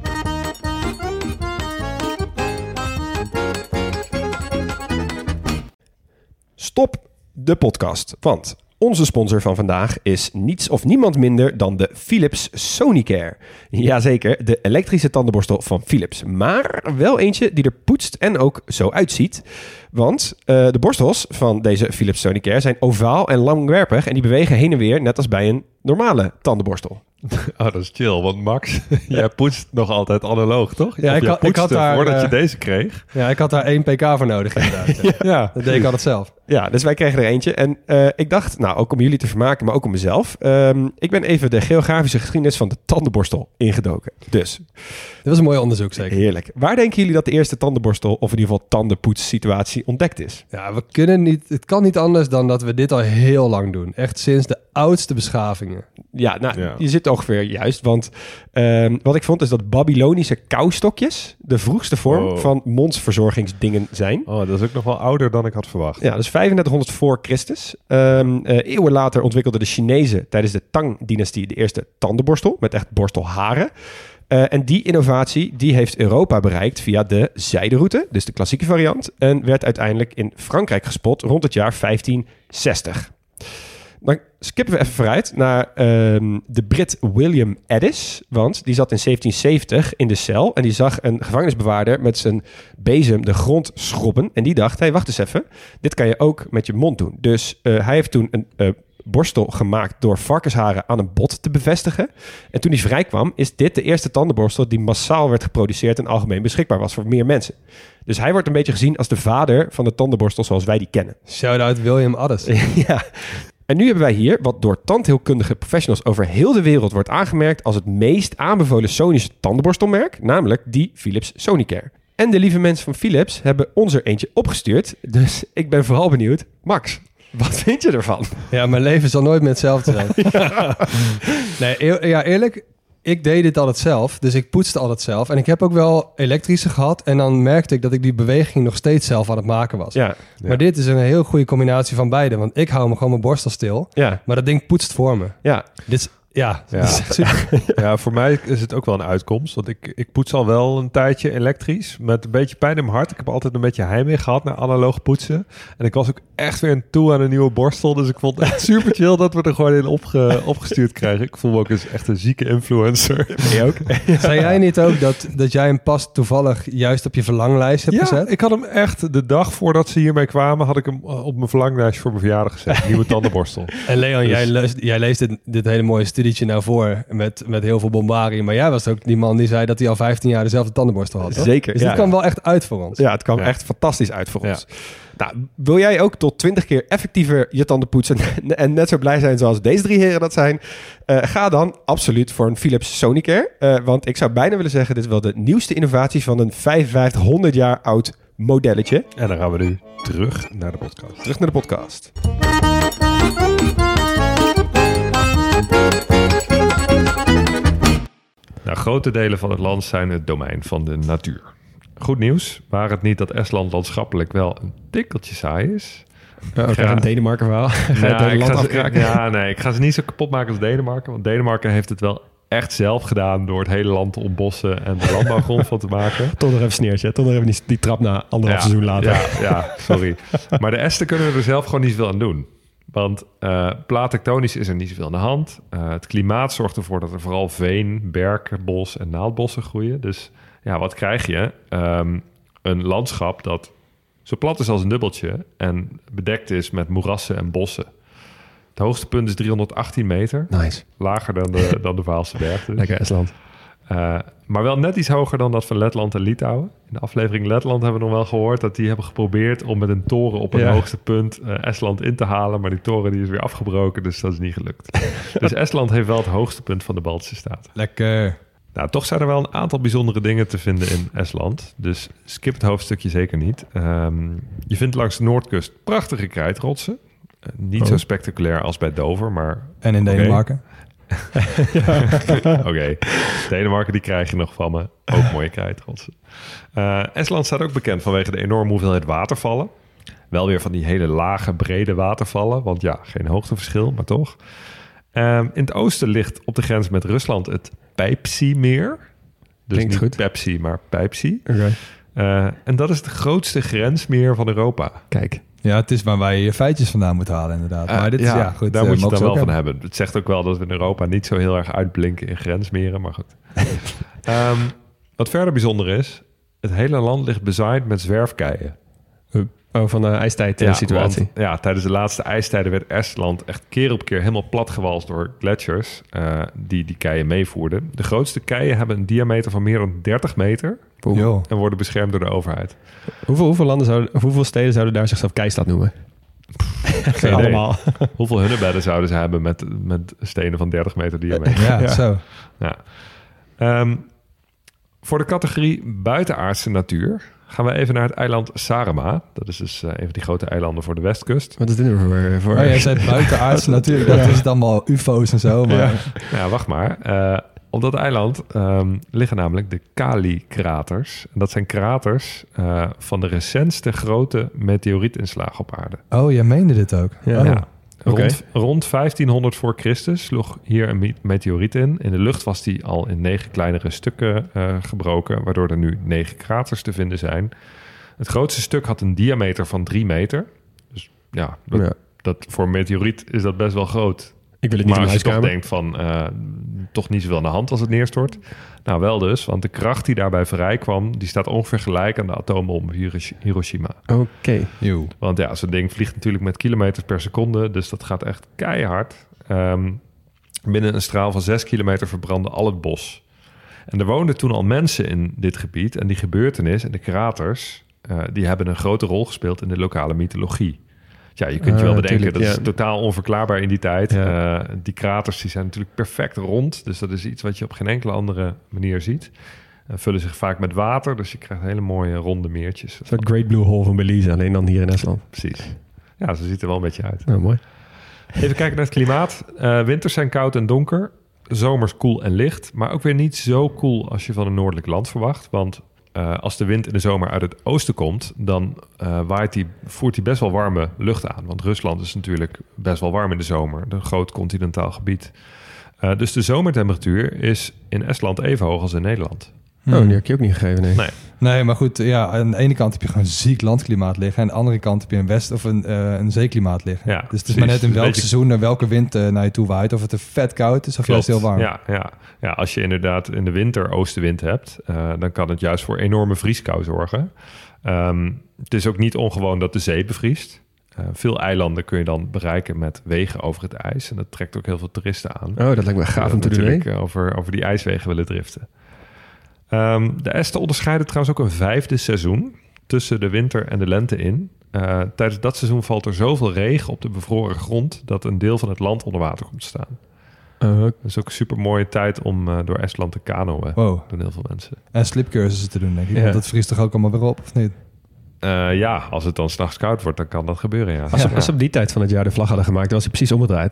Stop de podcast, want onze sponsor van vandaag is niets of niemand minder dan de Philips Sonicare. Jazeker, de elektrische tandenborstel van Philips. Maar wel eentje die er poetst en ook zo uitziet. Want uh, de borstels van deze Philips Sonicare zijn ovaal en langwerpig en die bewegen heen en weer net als bij een normale tandenborstel. Oh, dat is chill, want Max, jij poetst nog altijd analoog, toch? Ja, ik, had, ik had daar... Voordat uh, je deze kreeg. Ja, ik had daar één pk voor nodig inderdaad. Ja. ja. Dat deed ik altijd zelf. Ja, dus wij kregen er eentje. En uh, ik dacht, nou, ook om jullie te vermaken, maar ook om mezelf. Um, ik ben even de geografische geschiedenis van de tandenborstel ingedoken. Dus. Dat was een mooi onderzoek, zeker. Heerlijk. Waar denken jullie dat de eerste tandenborstel, of in ieder geval tandenpoetssituatie, ontdekt is? Ja, we kunnen niet... Het kan niet anders dan dat we dit al heel lang doen. Echt sinds de oudste beschavingen. Ja, nou, ja. je zit ongeveer juist. Want um, wat ik vond is dat Babylonische kauwstokjes de vroegste vorm oh. van mondsverzorgingsdingen zijn. Oh, dat is ook nog wel ouder dan ik had verwacht. Ja, dus vijfendertighonderd voor Christus. Um, uh, eeuwen later ontwikkelden de Chinezen tijdens de Tang-dynastie de eerste tandenborstel met echt borstelharen. Uh, en die innovatie die heeft Europa bereikt via de zijderoute, dus de klassieke variant, en werd uiteindelijk in Frankrijk gespot rond het jaar vijftienzestig. Dan skippen we even vooruit naar um, de Brit William Addis, want die zat in zeventienzeventig in de cel en die zag een gevangenisbewaarder met zijn bezem de grond schrobben en die dacht, hé, hey, wacht eens even, dit kan je ook met je mond doen. Dus uh, hij heeft toen een uh, borstel gemaakt door varkensharen aan een bot te bevestigen. En toen hij vrijkwam, is dit de eerste tandenborstel die massaal werd geproduceerd en algemeen beschikbaar was voor meer mensen. Dus hij wordt een beetje gezien als de vader van de tandenborstel zoals wij die kennen. Shout-out William Addis. Ja. En nu hebben wij hier wat door tandheelkundige professionals over heel de wereld wordt aangemerkt als het meest aanbevolen Sonische tandenborstelmerk, namelijk die Philips Sonicare. En de lieve mensen van Philips hebben ons er eentje opgestuurd, dus ik ben vooral benieuwd. Max, wat vind je ervan? Ja, mijn leven zal nooit meer hetzelfde zijn. ja. Nee, eer, ja, eerlijk, ik deed dit altijd zelf, dus ik poetste altijd zelf. En ik heb ook wel elektrische gehad en dan merkte ik dat ik die beweging nog steeds zelf aan het maken was. Ja. Maar ja. dit is een heel goede combinatie van beide, want ik hou me gewoon mijn borstel stil, ja. maar dat ding poetst voor me. Ja. Dit is... Ja, ja. ja, voor mij is het ook wel een uitkomst. Want ik, ik poets al wel een tijdje elektrisch met een beetje pijn in mijn hart. Ik heb altijd een beetje heimwee gehad naar analoog poetsen. En ik was ook echt weer toe aan een nieuwe borstel. Dus ik vond het echt super chill dat we er gewoon in opge, opgestuurd krijgen. Ik voel me ook eens echt een zieke influencer. Je ook? Zei jij niet ook dat, dat jij hem pas toevallig juist op je verlanglijst hebt ja, gezet? Ik had hem echt de dag voordat ze hiermee kwamen, had ik hem op mijn verlanglijst voor mijn verjaardag gezet. Nieuwe tandenborstel. En Leon, dus... jij, leest, jij leest dit, dit hele mooie studie nou voor met, met heel veel bombardie. Maar jij was ook die man die zei dat hij al vijftien jaar dezelfde tandenborstel had. Toch? Zeker. Dus ja. dit kwam wel echt uit voor ons. Ja, het kwam ja. echt fantastisch uit voor ja. ons. Nou, wil jij ook tot twintig keer effectiever je tanden poetsen en net zo blij zijn zoals deze drie heren dat zijn? Uh, ga dan absoluut voor een Philips Sonicare. Uh, want ik zou bijna willen zeggen, dit is wel de nieuwste innovatie van een vijfenvijftig, honderd jaar oud modelletje. En dan gaan we nu terug naar de podcast. Terug naar de podcast. Nou, grote delen van het land zijn het domein van de natuur. Goed nieuws, waar het niet dat Estland landschappelijk wel een tikkeltje saai is. Uh, Oké, een Denemarken verhaal. Ga je ja, het land ze, afkraken? Ja, nee, ik ga ze niet zo kapot maken als Denemarken. Want Denemarken heeft het wel echt zelf gedaan door het hele land te ontbossen en de landbouwgrond van te maken. Toch nog even sneertje. Toch nog even die, die trap na anderhalf ja, seizoen later. Ja, ja, sorry. Maar de Esten kunnen er zelf gewoon niet zoveel aan doen. Want uh, plaattectonisch is er niet zoveel aan de hand. Uh, het klimaat zorgt ervoor dat er vooral veen, berken, bos en naaldbossen groeien. Dus ja, wat krijg je? Um, een landschap dat zo plat is als een dubbeltje en bedekt is met moerassen en bossen. Het hoogste punt is driehonderdachttien meter. Nice. Lager dan de, dan de Vaalse berg. Dus. Lekker Estland. Uh, maar wel net iets hoger dan dat van Letland en Litouwen. In de aflevering Letland hebben we nog wel gehoord dat die hebben geprobeerd om met een toren op het ja. hoogste punt uh, Estland in te halen. Maar die toren die is weer afgebroken, dus dat is niet gelukt. Dus Estland heeft wel het hoogste punt van de Baltische Staten. Lekker. Nou, toch zijn er wel een aantal bijzondere dingen te vinden in Estland. Dus skip het hoofdstukje zeker niet. Um, je vindt langs de noordkust prachtige krijtrotsen. Uh, niet Oh. zo spectaculair als bij Dover, maar... En in Oké. Denemarken. Oké, okay. Denemarken die krijg je nog van me. Ook mooie krijtrotsen. Uh, Estland staat ook bekend vanwege de enorme hoeveelheid watervallen. Wel weer van die hele lage, brede watervallen. Want ja, geen hoogteverschil, maar toch. Um, in het oosten ligt op de grens met Rusland het Peipsi-meer. Dus Klinkt niet goed. Pepsi, maar Peipsi. Okay. Uh, en dat is het grootste grensmeer van Europa. Kijk. Ja, het is waar wij je feitjes vandaan moeten halen inderdaad. Maar dit Uh, is, ja, ja, goed. daar uh, moet je het mogen dan ze wel ook van hebben. Het zegt ook wel dat we in Europa niet zo heel erg uitblinken in grensmeren, maar goed. um, wat verder bijzonder is, het hele land ligt bezaaid met zwerfkeien. Oh, van de ijstijd Ja, situatie. want, ja, tijdens de laatste ijstijden werd Estland echt keer op keer helemaal platgewalst door gletsjers uh, die die keien meevoerden. De grootste keien hebben een diameter van meer dan dertig meter Yo. en worden beschermd door de overheid. Hoeveel, hoeveel, landen zouden, hoeveel steden zouden daar zichzelf keistad noemen? Geen allemaal. idee. Hoeveel hunnebedden zouden ze hebben met, met stenen van dertig meter diameter? Ja, Ja. zo. Ja. Um, voor de categorie buitenaardse natuur gaan we even naar het eiland Saaremaa. Dat is dus uh, een van die grote eilanden voor de westkust. Wat is dit nu voor... voor... Oh, jij zei buitenaards natuurlijk. Dat is het allemaal ufo's en zo. Maar Ja. Ja, wacht maar. Uh, op dat eiland um, liggen namelijk de Kali-kraters. En dat zijn kraters uh, van de recentste grote meteorietinslagen op aarde. Oh, jij meende dit ook? Ja. Oh. Ja. Oké. Rond, rond vijftienhonderd voor Christus sloeg hier een meteoriet in. In de lucht was die al in negen kleinere stukken uh, gebroken, waardoor er nu negen kraters te vinden zijn. Het grootste stuk had een diameter van drie meter. Dus ja, dat, Ja. dat voor een meteoriet is dat best wel groot. Ik wil het niet Maar in als mijn je toch huiskamer. denkt van, uh, toch niet zoveel aan de hand als het neerstort. Nou, wel dus, want de kracht die daarbij vrij kwam, die staat ongeveer gelijk aan de atoombom Hirosh- Hiroshima. Oké. Joe. Want ja, zo'n ding vliegt natuurlijk met kilometers per seconde, dus dat gaat echt keihard. Um, binnen een straal van zes kilometer verbrandde al het bos. En er woonden toen al mensen in dit gebied en die gebeurtenis en de kraters, uh, die hebben een grote rol gespeeld in de lokale mythologie. Ja, je kunt je wel Ah, bedenken, tuurlijk, dat ja. is totaal onverklaarbaar in die tijd. Ja. Uh, die kraters die zijn natuurlijk perfect rond. Dus dat is iets wat je op geen enkele andere manier ziet. Uh, vullen zich vaak met water, dus je krijgt hele mooie ronde meertjes. Een soort Great Blue Hole van Belize, alleen dan hier in Estland. Precies. Ja, zo ziet er wel een beetje uit. Nou, mooi. Even kijken naar het klimaat. Uh, winters zijn koud en donker. Zomers koel en licht. Maar ook weer niet zo koel als je van een noordelijk land verwacht. Want uh, als de wind in de zomer uit het oosten komt, dan uh, waait die, voert hij best wel warme lucht aan. Want Rusland is natuurlijk best wel warm in de zomer. Een groot continentaal gebied. Uh, dus de zomertemperatuur is in Estland even hoog als in Nederland. Oh, die heb je ook niet gegeven, nee. Nee. Nee, maar goed, ja, aan de ene kant heb je gewoon ziek landklimaat liggen. En aan de andere kant heb je een west- of een, uh, een zeeklimaat liggen. Ja, dus het is precies. maar net in welk Beetje- seizoen naar welke wind uh, naar je toe waait. Of het er vet koud is of Klopt. juist heel warm. Ja, ja, ja, als je inderdaad in de winter oostenwind hebt, uh, dan kan het juist voor enorme vrieskou zorgen. Um, het is ook niet ongewoon dat de zee bevriest. Uh, veel eilanden kun je dan bereiken met wegen over het ijs. En dat trekt ook heel veel toeristen aan. Oh, dat lijkt me gaaf Die om te doen, natuurlijk hè? uh, over, over die ijswegen willen driften. Um, de Esten onderscheiden trouwens ook een vijfde seizoen tussen de winter en de lente in. Uh, tijdens dat seizoen valt er zoveel regen op de bevroren grond dat een deel van het land onder water komt te staan. Uh, Dat is ook een super mooie tijd om uh, door Estland te kanoën. Wow. Doen heel veel mensen. En slipcursussen te doen, denk ik. Ja. Want dat vriest toch ook allemaal weer op, of niet? Uh, ja, als het dan 's nachts koud wordt, dan kan dat gebeuren, ja. als, ze, ja. als ze op die tijd van het jaar de vlag hadden gemaakt, dan was hij precies omgedraaid.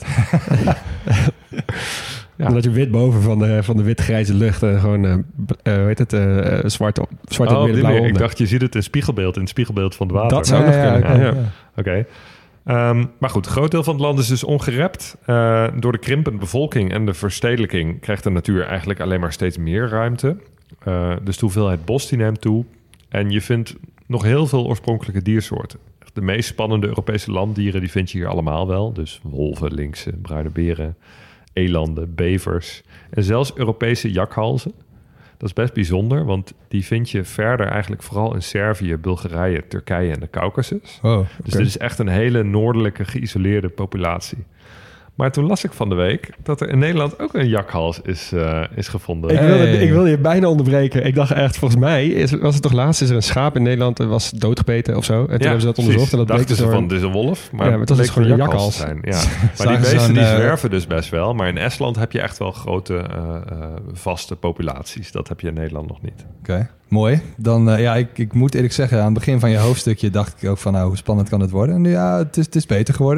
Ja. Dan had je wit boven van de, van de wit-grijze lucht en gewoon, uh, b- uh, hoe heet het, uh, zwart op, zwart Oh, op op die midden, blauw manier. Ik onder. dacht, je ziet het in spiegelbeeld, in het spiegelbeeld van het water. Dat zou nog kunnen. oké, Ja. ja. Oké. Okay. Um, maar goed, een groot deel van het land is dus ongerept. Uh, door de krimpende bevolking en de verstedelijking krijgt de natuur eigenlijk alleen maar steeds meer ruimte. Uh, dus de hoeveelheid bos die neemt toe. En je vindt nog heel veel oorspronkelijke diersoorten. De meest spannende Europese landdieren die vind je hier allemaal wel. Dus wolven, linksen, bruine beren, elanden, bevers en zelfs Europese jakhalzen. Dat is best bijzonder, want die vind je verder eigenlijk vooral in Servië, Bulgarije, Turkije en de Caucasus. Oh, Dus Oké. dit is echt een hele noordelijke geïsoleerde populatie. Maar toen las ik van de week dat er in Nederland ook een jakhals is, uh, is gevonden. Ik Hey. wilde, ik wilde je bijna onderbreken. Ik dacht echt, volgens mij is, was het toch laatst is er een schaap in Nederland dat was doodgebeten of zo. En toen hebben ze dat onderzocht en dat bleek dachten dus ze door van, dit is een wolf. Maar Ja, maar het was bleek dus gewoon een jakhals jakhals. te zijn. Ja. Maar Zagen die ze beesten zo'n, die uh, zwerven dus best wel. Maar in Estland heb je echt wel grote uh, uh, vaste populaties. Dat heb je in Nederland nog niet. Oké, mooi. Dan, uh, ja, ik, ik moet eerlijk zeggen, aan het begin van je hoofdstukje dacht ik ook van, nou, hoe spannend kan het worden? En nu, ja, het is, het is beter geworden.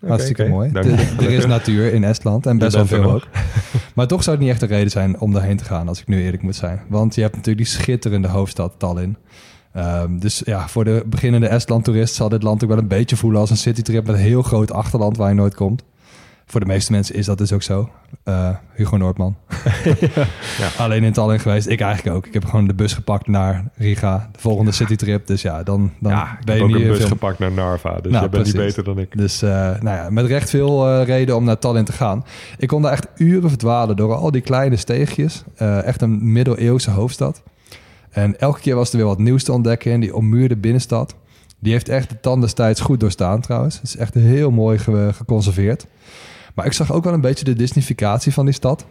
Hartstikke okay. mooi. Dank je. Er is natuur in Estland en best Je wel bent er veel nog. ook. Maar toch zou het niet echt een reden zijn om daarheen te gaan, als ik nu eerlijk moet zijn. Want je hebt natuurlijk die schitterende hoofdstad Tallinn. Um, dus ja, voor de beginnende Estland-toerist zal dit land ook wel een beetje voelen als een citytrip met een heel groot achterland waar je nooit komt. Voor de meeste mensen is dat dus ook zo. Uh, Hugo Noordman. ja. Ja. Alleen in Tallinn geweest. Ik eigenlijk ook. Ik heb gewoon de bus gepakt naar Riga. De volgende citytrip. Dus ja, dan, dan ja, ben je ik heb nu ook een bus veel... gepakt naar Narva. Dus nou, jij bent precies. niet beter dan ik. Dus uh, nou ja, met recht veel uh, reden om naar Tallinn te gaan. Ik kon daar echt uren verdwalen door al die kleine steegjes. Uh, echt een middeleeuwse hoofdstad. En elke keer was er weer wat nieuws te ontdekken in die ommuurde binnenstad. Die heeft echt de tand destijds goed doorstaan trouwens. Het is echt heel mooi ge- geconserveerd. Maar ik zag ook wel een beetje de Disneyficatie van die stad.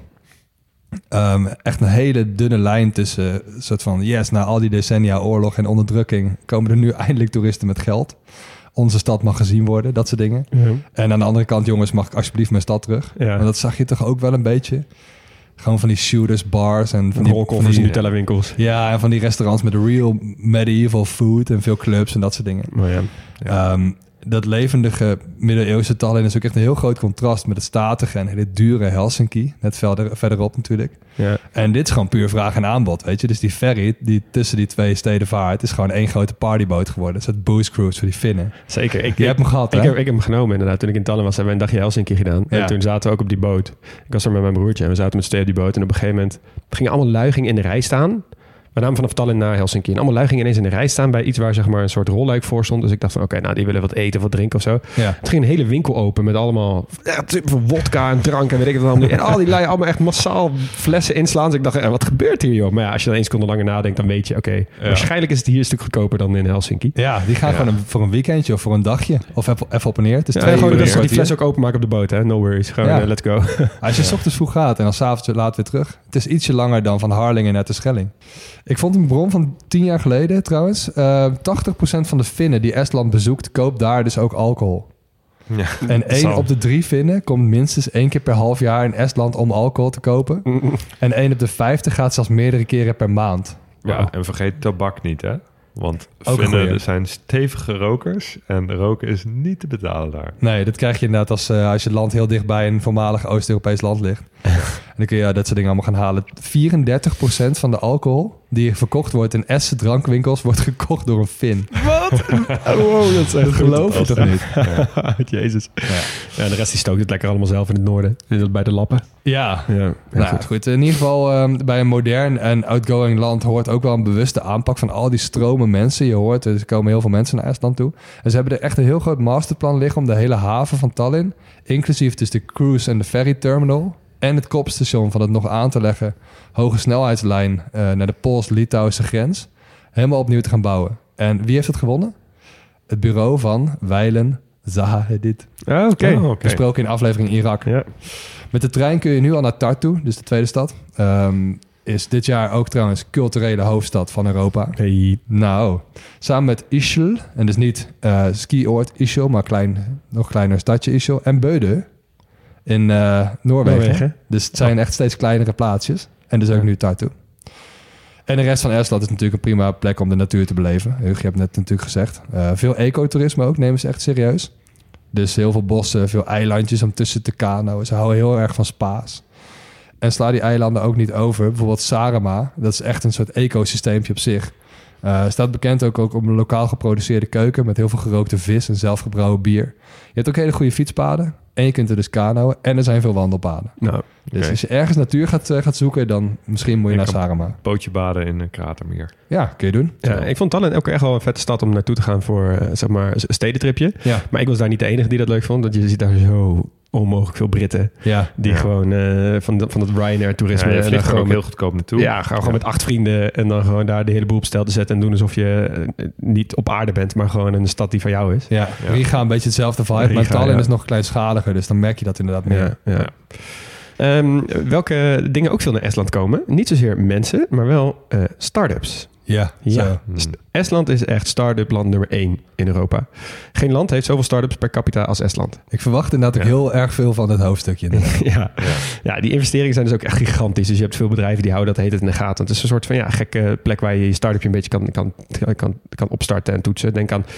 Um, echt een hele dunne lijn tussen een soort van... yes, na al die decennia oorlog en onderdrukking... komen er nu eindelijk toeristen met geld. Onze stad mag gezien worden, dat soort dingen. Ja. En aan de andere kant, jongens, mag ik alsjeblieft mijn stad terug? Ja. Maar dat zag je toch ook wel een beetje... Gewoon van die shooters, bars en van die rolkoffers, Nutella winkels. Ja, en van die restaurants met real medieval food en veel clubs en dat soort dingen. Oh ja. Ja. Um, dat levendige middeleeuwse Tallinn is ook echt een heel groot contrast met het statige en hele dure Helsinki. Net verder, verderop natuurlijk. Ja. En dit is gewoon puur vraag en aanbod, weet je. Dus die ferry die tussen die twee steden vaart is gewoon één grote partyboot geworden. Het is het booze cruise voor die Finnen. Zeker. Ik, je hebt hem gehad, ik, hè? Heb, ik heb hem genomen inderdaad. Toen ik in Tallinn was, hebben we een dagje Helsinki gedaan. Ja. En toen zaten we ook op die boot. Ik was er met mijn broertje en we zaten met z'n tweeën op die boot. En op een gegeven moment gingen allemaal lui gingen in de rij staan. We namen vanaf Tallinn naar Helsinki. En allemaal lui gingen ineens in de rij staan bij iets waar zeg maar een soort rolluik voor stond. Dus ik dacht van oké, okay, nou die willen wat eten of wat drinken of zo. Ja. Toen ging een hele winkel open met allemaal ja, wodka en drank en weet ik het allemaal. En al die lui allemaal echt massaal flessen inslaan. Dus ik dacht, eh, wat gebeurt hier joh? Maar ja, als je dan één seconde langer nadenkt, dan weet je oké, okay, ja. waarschijnlijk is het hier een stuk goedkoper dan in Helsinki. Ja, die gaan ja. gewoon een, voor een weekendje of voor een dagje. Of even, even op en neer. Het is ja, twee gewoon uur die fles ook openmaken op de boot, hè? No worries. Gewoon ja. uh, let's go. Als je 's ochtends vroeg gaat en dan 's avonds laat weer terug. Het is ietsje langer dan van Harlingen naar Terschelling. Ik vond een bron van tien jaar geleden trouwens. Uh, tachtig procent van de Finnen die Estland bezoekt, koopt daar dus ook alcohol. Ja, en één op de drie Finnen komt minstens één keer per half jaar in Estland om alcohol te kopen. Mm-mm. En één op de vijftig gaat zelfs meerdere keren per maand. Ja, wow. En vergeet tabak niet, hè? Want Finnen zijn stevige rokers en roken is niet te betalen daar. Nee, dat krijg je inderdaad als, uh, als je land heel dichtbij een voormalig Oost-Europees land ligt. En dan kun je ja, dat soort dingen allemaal gaan halen. vierendertig procent van de alcohol die verkocht wordt in Estse drankwinkels wordt gekocht door een Fin. Wat? Wow, dat is echt geloof je toch niet? Ja. Jezus. Ja. Ja, en de rest die stookt het lekker allemaal zelf in het noorden. Bij de lappen. Ja, ja, ja nou, goed. goed. In ieder geval um, bij een modern en outgoing land hoort ook wel een bewuste aanpak van al die stromen mensen. Je hoort, er komen heel veel mensen naar Estland toe. En ze hebben er echt een heel groot masterplan liggen om de hele haven van Tallinn, inclusief dus de cruise en de ferry terminal en het kopstation van het nog aan te leggen hoge snelheidslijn uh, naar de Pools-Litouwse grens, helemaal opnieuw te gaan bouwen. En wie heeft het gewonnen? Het bureau van Weilen Zahedit. Ah, oké. Okay. Oh, okay. Besproken in aflevering Irak. Ja. Met de trein kun je nu al naar Tartu, dus de tweede stad. Um, is dit jaar ook trouwens culturele hoofdstad van Europa. Hey. Nou, samen met Ischl, en dus niet uh, skioord Ischl, maar klein, nog kleiner stadje Ischl, en Bøde in uh, Noorwegen. Noorwegen. Dus het zijn echt steeds kleinere plaatsjes. En dus ook ja. nu Tartu. En de rest van Estland is natuurlijk een prima plek om de natuur te beleven. Hug, je hebt net natuurlijk gezegd. Uh, veel ecotourisme ook, nemen ze echt serieus. Dus heel veel bossen, veel eilandjes om tussen te kanoën. Ze houden heel erg van spa's. En sla die eilanden ook niet over. Bijvoorbeeld Saaremaa, dat is echt een soort ecosysteempje op zich. Uh, staat bekend ook, ook om een lokaal geproduceerde keuken met heel veel gerookte vis en zelfgebrouwen bier. Je hebt ook hele goede fietspaden. En je kunt er dus kanoën. En er zijn veel wandelpaden. Nou, dus okay. als je ergens natuur gaat, uh, gaat zoeken, dan misschien moet je ik naar Saaremaa. Bootje baden in een kratermeer. Ja, kun je doen. Ja, ik vond Tallinn ook echt wel een vette stad om naartoe te gaan voor uh, zeg maar een stedentripje. Ja. Maar ik was daar niet de enige die dat leuk vond. Want je ziet daar zo onmogelijk veel Britten. Ja. Die ja. gewoon uh, van, van dat Ryanair-toerisme. Ja, je vliegt er ook met, heel goedkoop naartoe. Ja, gaan gewoon ja. met acht vrienden en dan gewoon daar de hele boel op stel te zetten en doen alsof je uh, niet op aarde bent, maar gewoon een stad die van jou is. Ja, ja. Riga een beetje hetzelfde vibe, Riga, maar Tallinn ja. is nog kleinschaliger, dus dan merk je dat inderdaad meer. Ja, ja. Ja. Um, welke dingen ook veel naar Estland komen? Niet zozeer mensen, maar wel uh, start-ups. Ja, ja. St- Estland is echt start-up land nummer één in Europa. Geen land heeft zoveel start-ups per capita als Estland. Ik verwacht inderdaad ook ja. heel erg veel van het hoofdstukje. ja. Ja. ja, die investeringen zijn dus ook echt gigantisch. Dus je hebt veel bedrijven die houden dat heet het in de gaten. Het is een soort van ja, gekke plek waar je je start-upje een beetje kan, kan, kan, kan opstarten en toetsen. Denk aan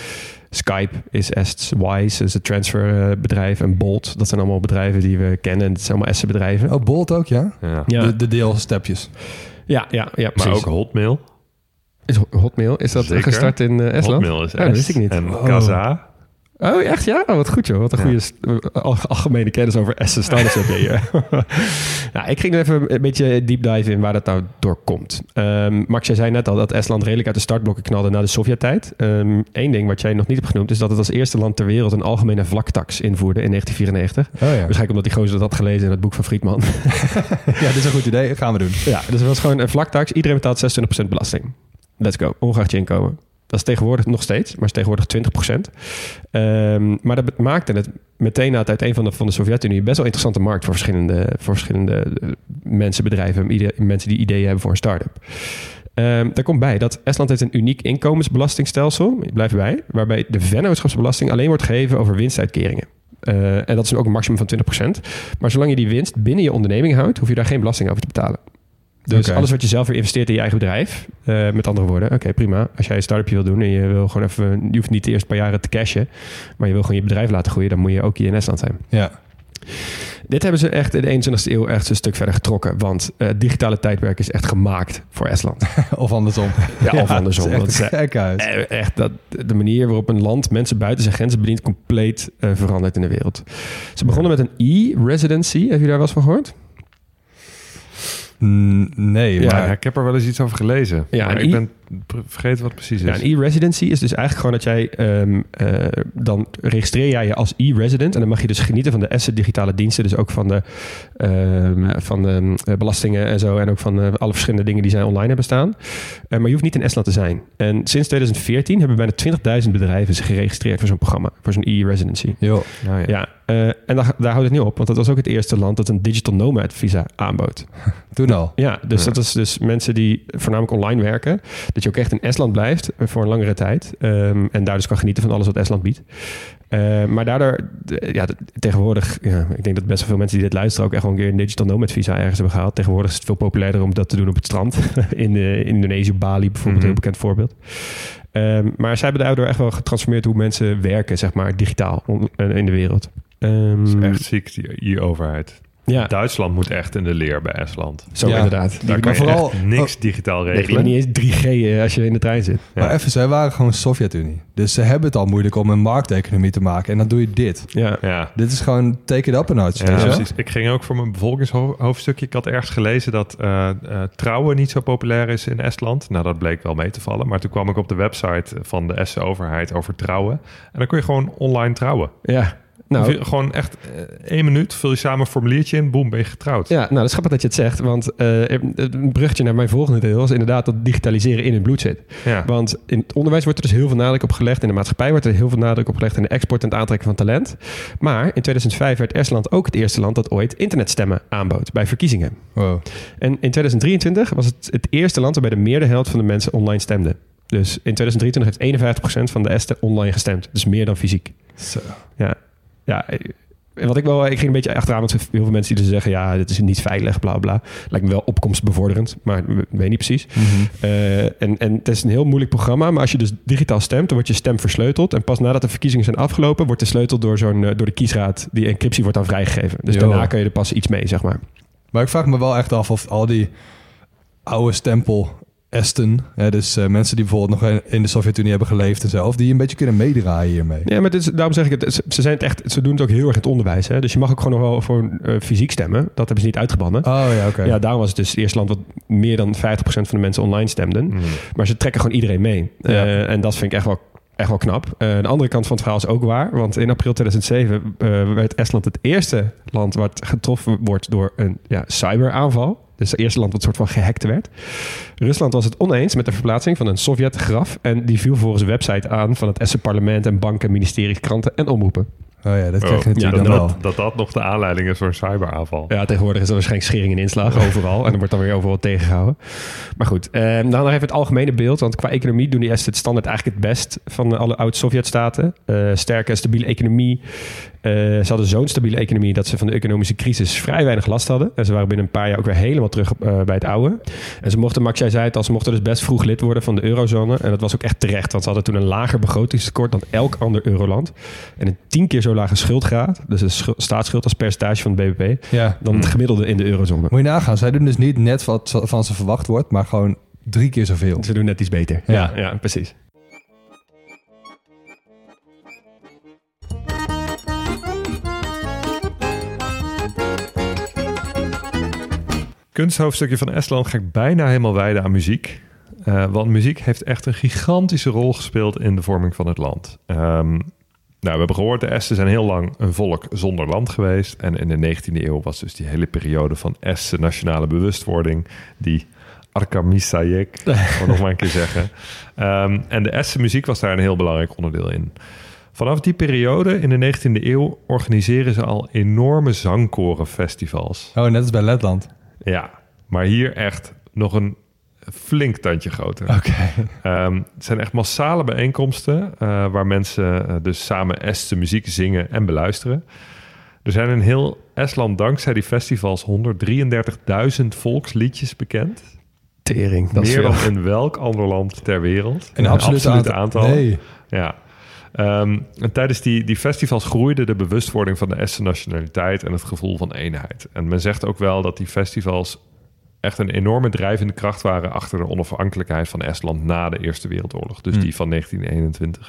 Skype is Ests, Wise is het transferbedrijf en Bolt. Dat zijn allemaal bedrijven die we kennen. Het zijn allemaal Estse bedrijven. Oh, Bolt ook, ja? Ja. Ja. De, de deelstepjes. Ja, ja, ja, precies. Maar ook Hotmail. Is Hotmail, is dat Zeker. gestart in uh, Estland? Hotmail is Oh, dat wist ik niet. En Oh. Kaza. Oh, echt ja? Oh, wat goed joh. Wat een Ja. goede st- al- algemene kennis over Essen startups heb je hier. Nou, ik ging er even een beetje deep dive in waar dat nou door komt. Um, Max, jij zei net al dat Estland redelijk uit de startblokken knalde na de Sovjet-tijd. Eén um, ding wat jij nog niet hebt genoemd is dat het als eerste land ter wereld een algemene vlaktax invoerde in negentien vierennegentig. Oh ja. Waarschijnlijk omdat die gozer dat had gelezen in het boek van Friedman. Ja, dit is een goed idee. Gaan we doen. Ja, dus het was gewoon een vlaktax. Iedereen betaalt zesentwintig procent belasting. Let's go. Ongeacht je inkomen. Dat is tegenwoordig nog steeds, maar is tegenwoordig twintig procent. Um, maar dat maakte het meteen na het uiteen van de, van de Sovjet-Unie best wel interessante markt voor verschillende, voor verschillende mensen, bedrijven, ide- mensen die ideeën hebben voor een start-up. Um, daar komt bij dat Estland heeft een uniek inkomensbelastingstelsel, ik blijf erbij, waarbij de vennootschapsbelasting alleen wordt gegeven over winstuitkeringen. Uh, en dat is ook een maximum van twintig procent. Maar zolang je die winst binnen je onderneming houdt, hoef je daar geen belasting over te betalen. Dus Okay. alles wat je zelf weer investeert in je eigen bedrijf. Uh, met andere woorden, oké, okay, prima. Als jij een start-upje wil doen en je wil gewoon even... Je hoeft niet de eerste paar jaren te cashen, maar je wil gewoon je bedrijf laten groeien, dan moet je ook hier in Estland zijn. Ja. Dit hebben ze echt in de eenentwintigste eeuw echt een stuk verder getrokken. Want uh, het digitale tijdperk is echt gemaakt voor Estland. Of andersom. Ja, of andersom. Het is Dat echt een gek uit. uh, echt dat, de manier waarop een land mensen buiten zijn grenzen bedient, compleet uh, veranderd in de wereld. Ze begonnen met een e-residency. Heb je daar wel eens van gehoord? Mm, nee, Ja, maar... Ja, ik heb er wel eens iets over gelezen. Ja, maar en ik i- ben pre- vergeten wat het precies is. Ja, een e-residency is dus eigenlijk gewoon dat jij... Um, uh, dan registreer jij je als e-resident... en dan mag je dus genieten van de Essen digitale diensten. Dus ook van de, um, van de uh, belastingen en zo... en ook van uh, alle verschillende dingen die zij online hebben staan. Uh, maar je hoeft niet in Estland te zijn. En sinds twintig veertien hebben bijna twintigduizend bedrijven zich geregistreerd... voor zo'n programma, voor zo'n e-residency. Joh. Oh, ja. Ja, uh, en daar, daar houdt het niet op... want dat was ook het eerste land dat een digital nomad visa aanbood. Toen al. Ja, dus Ja. dat is dus mensen die voornamelijk online werken. Dat je ook echt in Estland blijft voor een langere tijd. Um, en daar dus kan genieten van alles wat Estland biedt. Uh, maar daardoor, de, ja, de, tegenwoordig, ja, ik denk dat best wel veel mensen die dit luisteren ook echt gewoon een keer een digital nomad visa ergens hebben gehaald. Tegenwoordig is het veel populairder om dat te doen op het strand. in uh, Indonesië, Bali bijvoorbeeld, Mm-hmm. een heel bekend voorbeeld. Um, maar zij hebben daardoor echt wel getransformeerd hoe mensen werken, zeg maar, digitaal on, uh, in de wereld. Um, Dat is echt ziek, die e-overheid. Ja, Duitsland moet echt in de leer bij Estland. zo Ja. inderdaad. Daar Die, kan maar je vooral, echt niks digitaal nee, je hebt regelen. niet eens drie G uh, als je in de trein zit. Maar Ja. even, zij waren gewoon Sovjet-Unie. Dus ze hebben het al moeilijk om een markteconomie te maken. En dan doe je dit. Ja. Ja. Dit is gewoon take it up een notch. Ja, weet je wel? precies. Ik ging ook voor mijn bevolkingshoofdstukje. Ik had ergens gelezen dat uh, uh, trouwen niet zo populair is in Estland. Nou, dat bleek wel mee te vallen. Maar toen kwam ik op de website van de Estse overheid over trouwen. En dan kun je gewoon online trouwen. Ja. Nou, Nou, gewoon echt uh, één minuut, vul je samen een formuliertje in, boem, ben je getrouwd. ja, nou, dat is grappig dat je het zegt. Want uh, een bruggetje naar mijn volgende deel is inderdaad dat digitaliseren in het bloed zit. Ja. Want in het onderwijs wordt er dus heel veel nadruk op gelegd. In de maatschappij wordt er heel veel nadruk op gelegd in de export en het aantrekken van talent. Maar in tweeduizend vijf werd Estland ook het eerste land dat ooit internetstemmen aanbood bij verkiezingen. Wow. En in tweeduizend drieëntwintig was het het eerste land waarbij de meerderheid van de mensen online stemde. Dus in tweeduizend drieëntwintig heeft eenenvijftig procent van de Esten online gestemd. Dus meer dan fysiek. Zo. Ja, ja. En wat ik wel, ik ging een beetje achteraan, want heel veel mensen die dus zeggen, ja, dit is niet veilig, bla bla. Lijkt me wel opkomstbevorderend, maar ik weet niet precies. Mm-hmm. Uh, en, en het is een heel moeilijk programma, maar als je dus digitaal stemt, dan wordt je stem versleuteld. En pas nadat de verkiezingen zijn afgelopen, wordt de sleutel door, zo'n, uh, door de kiesraad, die encryptie wordt dan vrijgegeven. Dus Jo. daarna kun je er pas iets mee, zeg maar. Maar ik vraag me wel echt af of al die oude stempel Esten, hè, dus uh, mensen die bijvoorbeeld nog in de Sovjet-Unie hebben geleefd en zo, of die een beetje kunnen meedraaien hiermee. Ja, maar dit is, daarom zeg ik het, ze, zijn het echt, ze doen het ook heel erg in het onderwijs. Hè? Dus je mag ook gewoon nog wel voor uh, fysiek stemmen. Dat hebben ze niet uitgebannen. Oh ja, oké. Okay. Ja, daarom was het dus het eerste land wat meer dan vijftig procent van de mensen online stemden. Mm. Maar ze trekken gewoon iedereen mee. Ja. Uh, en dat vind ik echt wel, echt wel knap. Uh, de andere kant van het verhaal is ook waar. Want in april tweeduizend zeven uh, werd Estland het eerste land wat getroffen wordt door een ja, cyberaanval. Dus het eerste land wat soort van gehackt werd. Rusland was het oneens met de verplaatsing van een Sovjet-graf. En die viel volgens een website aan van het Essen parlement en banken, ministeries, kranten en omroepen. Oh ja, dat krijg je Oh, natuurlijk ja, dan dat, wel. dat, dat dat nog de aanleiding is voor een cyberaanval. Ja, tegenwoordig is er waarschijnlijk schering en inslag overal. En dan wordt dan weer overal tegengehouden. Maar goed, eh, dan nog even het algemene beeld. Want qua economie doen die Esten het standaard eigenlijk het best van alle oud-Sovjet-staten. Uh, sterke, stabiele economie. Uh, ze hadden zo'n stabiele economie dat ze van de economische crisis vrij weinig last hadden. En ze waren binnen een paar jaar ook weer helemaal terug uh, bij het oude. En ze mochten, Max, jij zei het al, ze mochten dus best vroeg lid worden van de eurozone. En dat was ook echt terecht, want ze hadden toen een lager begrotingstekort dan elk ander euroland. En een tien keer zo lage schuldgraad, dus een schu- staatsschuld als percentage van het B B P, Ja. dan het gemiddelde in de eurozone. Moet je nagaan, zij doen dus niet net wat van ze verwacht wordt, maar gewoon drie keer zoveel. Ze doen net iets beter. Ja. Ja, ja, precies. Kunsthoofdstukje van Estland ga ik bijna helemaal wijden aan muziek. Uh, want muziek heeft echt een gigantische rol gespeeld in de vorming van het land. Um, nou, we hebben gehoord, de Esten zijn heel lang een volk zonder land geweest. En in de negentiende eeuw was dus die hele periode van Estse nationale bewustwording. Die Arkamisayek, wil nog maar een keer zeggen. Um, en de Estse muziek was daar een heel belangrijk onderdeel in. Vanaf die periode in de negentiende eeuw organiseren ze al enorme zangkorenfestivals. Oh, net als bij Letland. Ja, maar hier echt nog een flink tandje groter. Oké. Okay. Um, het zijn echt massale bijeenkomsten uh, waar mensen uh, dus samen Estse muziek zingen en beluisteren. Er zijn in heel Estland dankzij die festivals honderddrieëndertigduizend volksliedjes bekend. Tering, dat Meer is veel. dan in welk ander land ter wereld. Een absolute absolute aantal. aantal. Nee. Ja. Um, en tijdens die, die festivals groeide de bewustwording van de Estse nationaliteit en het gevoel van eenheid. En men zegt ook wel dat die festivals echt een enorme drijvende kracht waren achter de onafhankelijkheid van Estland na de Eerste Wereldoorlog. Dus Hmm. die van negentien eenentwintig.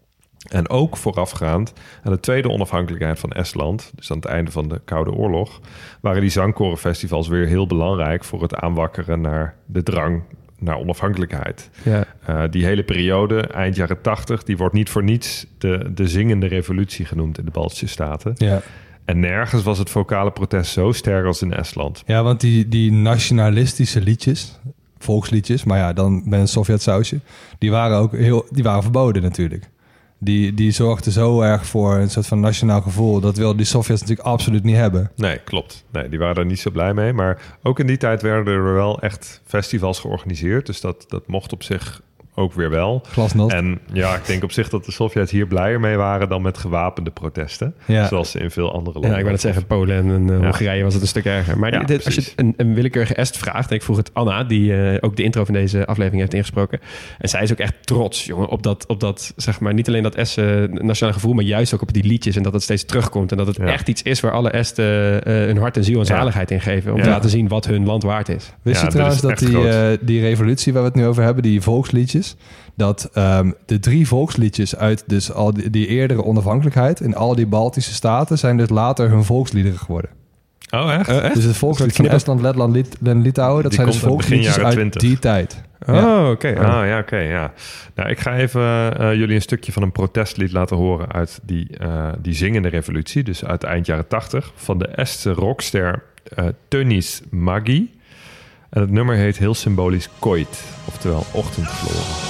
En ook voorafgaand aan de tweede onafhankelijkheid van Estland, dus aan het einde van de Koude Oorlog, waren die zangkorenfestivals weer heel belangrijk voor het aanwakkeren naar de drang naar onafhankelijkheid. Ja. Uh, die hele periode, eind jaren tachtig, die wordt niet voor niets de, de zingende revolutie genoemd in de Baltische Staten. Ja. En nergens was het vocale protest zo sterk als in Estland. Ja, want die, die nationalistische liedjes, volksliedjes, maar ja, dan met een Sovjet-sausje, die waren ook heel, die waren verboden natuurlijk. Die, die zorgden zo erg voor een soort van nationaal gevoel. Dat wilden die Sovjets natuurlijk absoluut niet hebben. Nee, klopt. Nee, die waren daar niet zo blij mee. Maar ook in die tijd werden er wel echt festivals georganiseerd. Dus dat, dat mocht op zich ook weer wel. Glasnat. En ja, ik denk op zich dat de Sovjets hier blijer mee waren dan met gewapende protesten. Ja. Zoals ze in veel andere landen. Ja, ik wou net zeggen, Polen en uh, Ja. Hongarije was het een stuk erger. Maar Ja, dit, als je precies. een, een willekeurige Est vraagt, en ik vroeg het Anna, die uh, ook de intro van deze aflevering heeft ingesproken. En zij is ook echt trots, jongen, op dat, op dat zeg maar, niet alleen dat Estse nationale gevoel, maar juist ook op die liedjes en dat het steeds terugkomt. En dat het Ja. echt iets is waar alle Esten uh, hun hart en ziel en Ja. zaligheid in geven. Om Ja. te laten zien wat hun land waard is. Wist Ja, je trouwens dit dat is die, echt groot. uh, die revolutie waar we het nu over hebben, die volksliedjes, dat um, de drie volksliedjes uit dus al die, die eerdere onafhankelijkheid in al die Baltische staten zijn dus later hun volksliederen geworden. Oh, echt? Uh, echt? Dus het volkslied van Estland, Letland Lit- en Litouwen, dat Die zijn dus komt uit begin volksliedjes jaren uit twintig. die tijd. Oh, Ja. oké. Ah, ja, oké, ja. Nou, ik ga even uh, jullie een stukje van een protestlied laten horen uit die, uh, die zingende revolutie. Dus uit eind jaren tachtig. Van de Estse rockster uh, Tönnies Mägi. En het nummer heet heel symbolisch Koit. Oftewel ochtendgloren.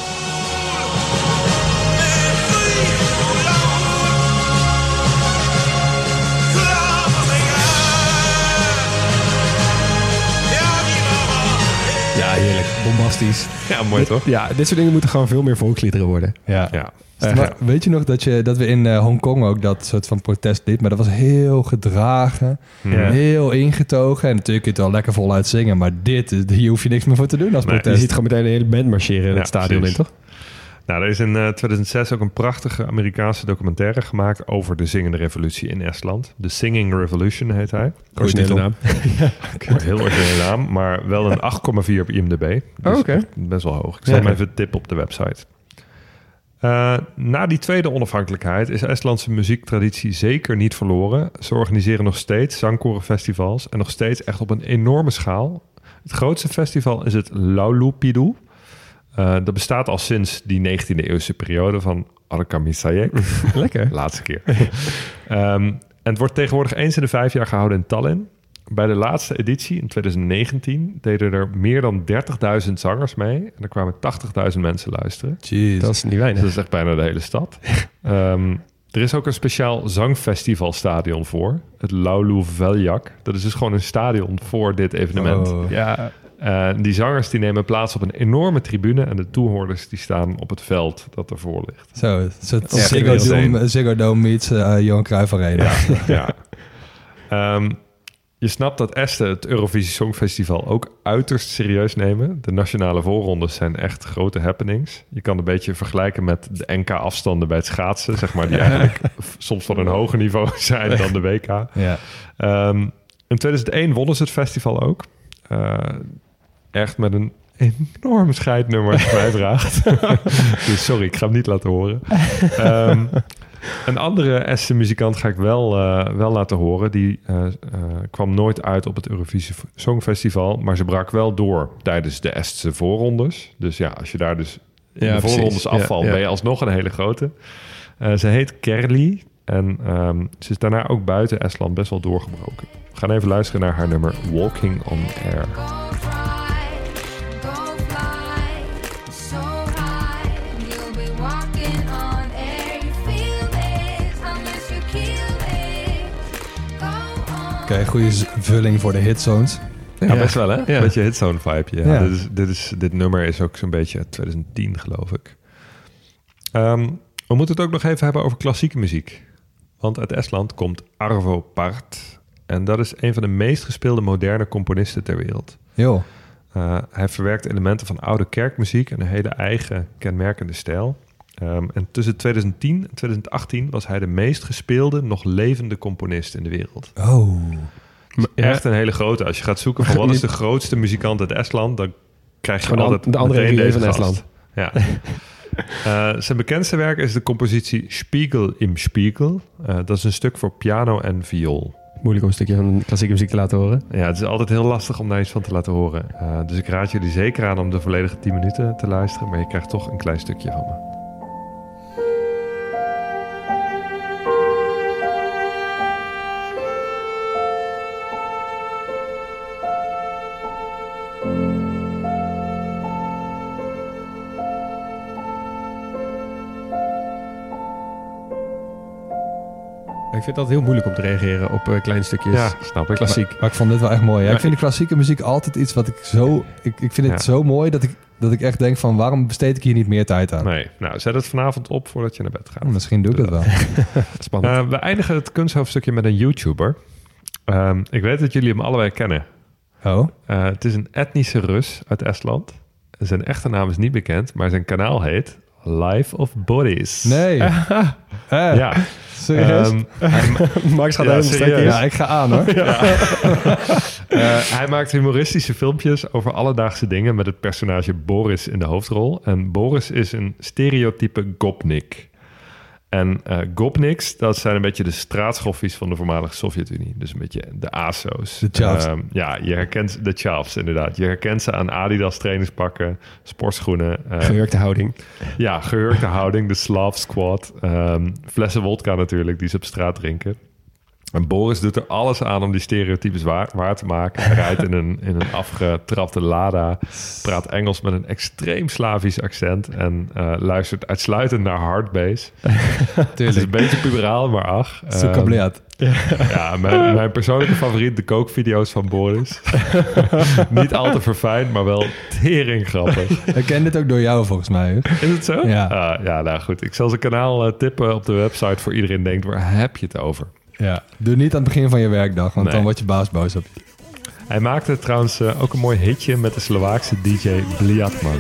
Ja, heerlijk. Bombastisch. Ja, mooi toch? Ja, dit soort dingen moeten gewoon veel meer volksliederen worden. Ja. Ja. Uh, maar weet je nog dat, je, dat we in uh, Hongkong ook dat soort van protestlied, maar dat was heel gedragen, Ja. heel ingetogen. En natuurlijk kun je het wel lekker voluit zingen, maar dit, hier hoef je niks meer voor te doen als Nee, Je protest. ziet gewoon meteen een hele band marcheren in Ja, het stadion precies. in, toch? Nou, er is in uh, tweeduizend zes ook een prachtige Amerikaanse documentaire gemaakt over de zingende revolutie in Estland. The Singing Revolution heet hij. Originele naam. Heel originele naam, maar wel een acht komma vier op I M D B. Dus Oh, oké. best wel hoog. Ik zal Ja. hem even tippen op de website. Uh, na die tweede onafhankelijkheid is Estlandse muziektraditie zeker niet verloren. Ze organiseren nog steeds zangkorenfestivals en nog steeds echt op een enorme schaal. Het grootste festival is het Laulupidu. Uh, dat bestaat al sinds die negentiende eeuwse periode van Arkamisayek. Lekker. Laatste keer. um, en het wordt tegenwoordig eens in de vijf jaar gehouden in Tallinn. Bij de laatste editie in tweeduizend negentien deden er meer dan dertigduizend zangers mee. En er kwamen tachtigduizend mensen luisteren. Jeez. Dat is niet weinig. Dat is echt bijna de hele stad. um, Er is ook een speciaal zangfestivalstadion voor. Het Laulu Veljak. Dat is dus gewoon een stadion voor dit evenement. Oh. Ja, Uh, die zangers die nemen plaats op een enorme tribune... en de toehoorders die staan op het veld dat ervoor ligt. Zo, het is het Ja, Ziggo, echt Dome, Ziggo Dome meets uh, Johan Cruijff Arena. Ja. ja. Um, je snapt dat Esten het Eurovisie Songfestival ook uiterst serieus nemen. De nationale voorrondes zijn echt grote happenings. Je kan een beetje vergelijken met de N K-afstanden bij het schaatsen... zeg maar, die eigenlijk soms van een hoger niveau zijn dan de W K. Ja. Um, in tweeduizend één wonnen ze het festival ook... Uh, echt met een enorm scheidnummer dat mij draagt. Dus sorry, ik ga hem niet laten horen. Um, een andere Estse muzikant ga ik wel, uh, wel laten horen. Die uh, uh, kwam nooit uit op het Eurovisie Songfestival... maar ze brak wel door tijdens de Estse voorrondes. Dus ja, als je daar dus in Ja, de voorrondes precies. afvalt... Ja, ja. ben je alsnog een hele grote. Uh, ze heet Kerli en um, ze is daarna ook buiten Estland best wel doorgebroken. We gaan even luisteren naar haar nummer Walking on Air. Oké, okay, goede vulling voor de hitzones. Ja, best wel hè? Ja. Een beetje hitzone vibe. Ja. Ja. Dit, is, dit, is, dit nummer is ook zo'n beetje twintig tien geloof ik. Um, we moeten het ook nog even hebben over klassieke muziek. Want uit Estland komt Arvo Pärt. En dat is een van de meest gespeelde moderne componisten ter wereld. Joh. Uh, hij verwerkt elementen van oude kerkmuziek en een hele eigen kenmerkende stijl. Um, en tussen twintig tien en twintig achttien was hij de meest gespeelde, nog levende componist in de wereld. Oh. Echt een hele grote. Als je gaat zoeken van wat is de grootste muzikant uit Estland, dan krijg je Gewoon altijd de andere meteen rivier deze van gast. Estland. Ja. Uh, zijn bekendste werk is de compositie Spiegel im Spiegel. Uh, dat is een stuk voor piano en viool. Moeilijk om een stukje van klassieke muziek te laten horen. Ja, het is altijd heel lastig om daar iets van te laten horen. Uh, dus ik raad jullie zeker aan om de volledige tien minuten te luisteren, maar je krijgt toch een klein stukje van me. Ik vind het altijd heel moeilijk om te reageren op uh, kleine stukjes Ja, snap ik. klassiek. Maar, maar ik vond dit wel echt mooi. Ja, Ja, ik vind de klassieke muziek altijd iets wat ik zo... Ik, ik vind het Ja. zo mooi dat ik, dat ik echt denk van... waarom besteed ik hier niet meer tijd aan? Nee, nou, zet het vanavond op voordat je naar bed gaat. Oh, misschien doe ik dat wel. Spannend. Uh, we eindigen het kunsthoofdstukje met een YouTuber. Um, ik weet dat jullie hem allebei kennen. Oh? Uh, het is een etnische Rus uit Estland. Zijn echte naam is niet bekend, maar zijn kanaal heet Life of Boris. Nee. Eh, Ja. serieus? Um, hij, Max gaat ja, helemaal serieus. strekken. ja, ik ga aan hoor. uh, hij maakt humoristische filmpjes over alledaagse dingen met het personage Boris in de hoofdrol. En Boris is een stereotype gopnik. En uh, gopniks, dat zijn een beetje de straatschoffies van de voormalige Sovjet-Unie. Dus een beetje de A S O's. De chavs. Um, ja, je herkent de chavs inderdaad. Je herkent ze aan Adidas trainingspakken, sportschoenen. Uh, Gehurkte houding. ja, gehurkte houding, de Slav Squad. Um, flessen wodka natuurlijk, die ze op straat drinken. En Boris doet er alles aan om die stereotypes waar, waar te maken. Hij rijdt in een, in een afgetrapte Lada, praat Engels met een extreem Slavisch accent en uh, luistert uitsluitend naar hardbass. Het is een beetje puberaal, maar ach. Zo Um, kableerd. ja, mijn, mijn persoonlijke favoriet, de kookvideo's van Boris. Niet al te verfijnd, maar wel tering grappig. Ik ken dit ook door jou volgens mij. Hè? Is het zo? Ja. Ah, ja, nou goed. Ik zal zijn kanaal uh, tippen op de website voor iedereen denkt, waar heb je het over? Ja. Doe niet aan het begin van je werkdag, want Nee. dan wordt je baas boos op je. Hij maakte trouwens uh, ook een mooi hitje met de Slovaakse D J Bliatman.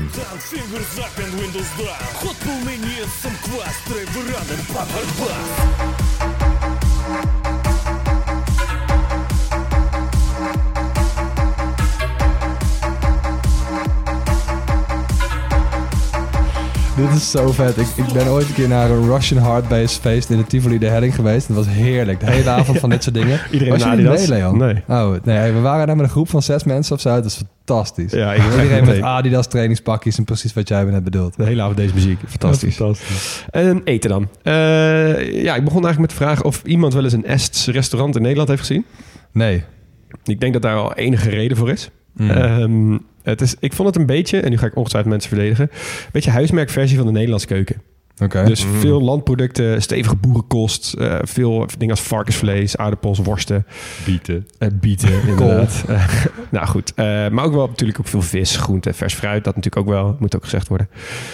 Dit is zo vet. Ik, ik ben ooit een keer naar een Russian Hardbass feest in de Tivoli de Helling geweest. Dat was heerlijk. De hele avond van dit soort dingen. Iedereen was in je niet Adidas? mee, Leon? Nee. Oh, nee. We waren daar met een groep van zes mensen of zo. Dat is fantastisch. Ja, ik was echt Iedereen met mee. Adidas trainingspakjes en precies wat jij net bedoelt. De hele avond deze muziek. Fantastisch. Fantastisch. En eten dan. Uh, ja, ik begon eigenlijk met de vraag of iemand wel eens een Ests restaurant in Nederland heeft gezien. Nee. Ik denk dat daar al enige reden voor is. Mm. Um, het is ik vond het een beetje, en nu ga ik ongetwijfeld mensen verdedigen, een beetje huismerkversie van de Nederlandse keuken. Okay. Dus mm. veel landproducten, stevige boerenkost, uh, veel dingen als varkensvlees, aardappels, worsten. Bieten. Uh, bieten, inderdaad. uh, nou goed, uh, maar ook wel natuurlijk ook veel vis, groente, vers fruit. Dat natuurlijk ook wel, moet ook gezegd worden.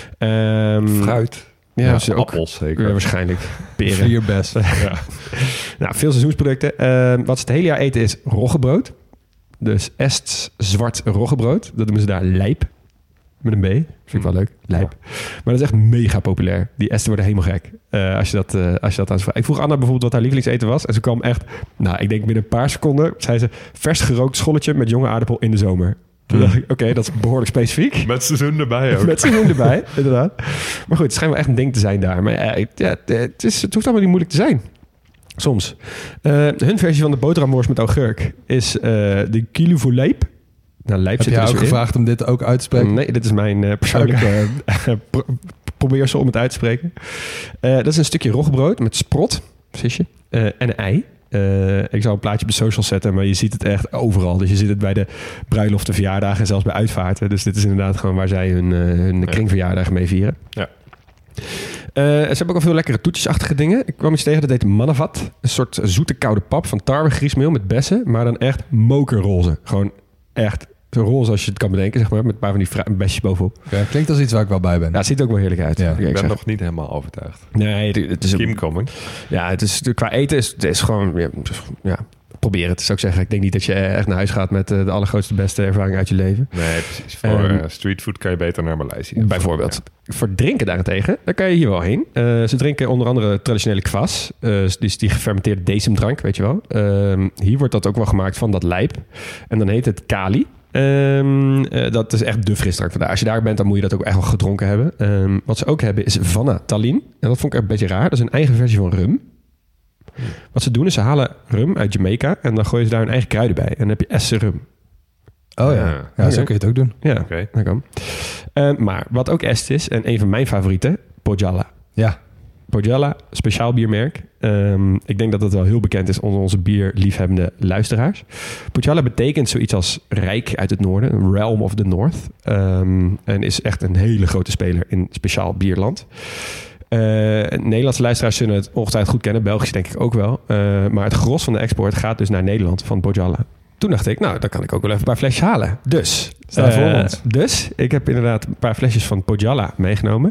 Um, fruit. Ja, ja dus ook, appels zeker. Ja, waarschijnlijk. Peren. Vlierbest. ja. Nou, veel seizoensproducten. Uh, wat ze het hele jaar eten is roggebrood. Dus Ests zwart roggebrood. Dat noemen ze daar lijp. Met een B. Vind ik wel leuk. Lijp. Ja. Maar dat is echt mega populair. Die Esten worden helemaal gek. Uh, als, je dat, uh, als je dat aan ze vraagt. Ik vroeg Anna bijvoorbeeld wat haar lievelingseten was. En ze kwam echt... Nou, ik denk binnen een paar seconden... zei ze vers gerookt scholletje met jonge aardappel in de zomer. Toen dacht ik, oké, okay, dat is behoorlijk specifiek. Met seizoen erbij ook. Met seizoen erbij, inderdaad. Maar goed, het schijnt wel echt een ding te zijn daar. Maar ja, ja, het, is, het hoeft allemaal niet moeilijk te zijn. Soms. Uh, hun versie van de boterhamworst met augurk is uh, de kilo voor lijp. Nou, lijp Heb zit je er dus ook in. gevraagd om dit ook uit te spreken? Nee, dit is mijn uh, persoonlijke okay. pro- probeersel om het uit te spreken. Uh, dat is een stukje roggebrood met sprot, visje, uh, en een ei. Uh, ik zal een plaatje op de social zetten, maar je ziet het echt overal. Dus je ziet het bij de bruiloften, verjaardagen en zelfs bij uitvaarten. Dus dit is inderdaad gewoon waar zij hun, uh, hun ja. kringverjaardag mee vieren. Ja. Uh, ze hebben ook al veel lekkere toetjesachtige dingen. Ik kwam iets tegen, dat heet manavat. Een soort zoete koude pap van tarwe, griesmeel met bessen. Maar dan echt mokerroze. Gewoon echt roze als je het kan bedenken, zeg maar. Met een paar van die vra- besjes bovenop. Okay, klinkt als iets waar ik wel bij ben. Ja, het ziet er ook wel heerlijk uit. Ja, ik ben zeg. nog niet helemaal overtuigd. Nee, het, het is... Kim coming. Ja, het is, qua eten is het is gewoon... Ja, ja, probeer het, zou ik zeggen. Ik denk niet dat je echt naar huis gaat met de allergrootste, beste ervaring uit je leven. Nee, precies. Voor um, uh, streetfood kan je beter naar Maleisië. Bijvoorbeeld. Ja. Voor drinken daarentegen, daar kan je hier wel heen. Uh, ze drinken onder andere traditionele kwas. Uh, dus die gefermenteerde decemdrank, weet je wel. Uh, hier wordt dat ook wel gemaakt van dat lijp. En dan heet het kali. Um, uh, dat is echt de frisdrank vandaar. Als je daar bent, dan moet je dat ook echt wel gedronken hebben. Um, wat ze ook hebben is Vanna Tallinn. En dat vond ik echt een beetje raar. Dat is een eigen versie van rum. Wat ze doen is ze halen rum uit Jamaica en dan gooien ze daar hun eigen kruiden bij. En dan heb je Essen rum. Oh ja, ja, ja zo kun je het ook doen. Ja, oké, okay. Dat kan. Uh, maar wat ook Est is, en een van mijn favorieten, Pojala. Ja. Pojala, speciaal biermerk. Um, ik denk dat dat wel heel bekend is onder onze bierliefhebbende luisteraars. Pojala betekent zoiets als rijk uit het noorden, realm of the north. Um, en is echt een hele grote speler in speciaal bierland. Uh, Nederlandse luisteraars zullen het ongetwijfeld goed kennen. Belgisch denk ik ook wel. Uh, maar het gros van de export gaat dus naar Nederland van Pojala. Toen dacht ik, nou, dan kan ik ook wel even een paar flesjes halen. Dus, Staat uh, voor ons. Dus, ik heb inderdaad een paar flesjes van Pojala meegenomen.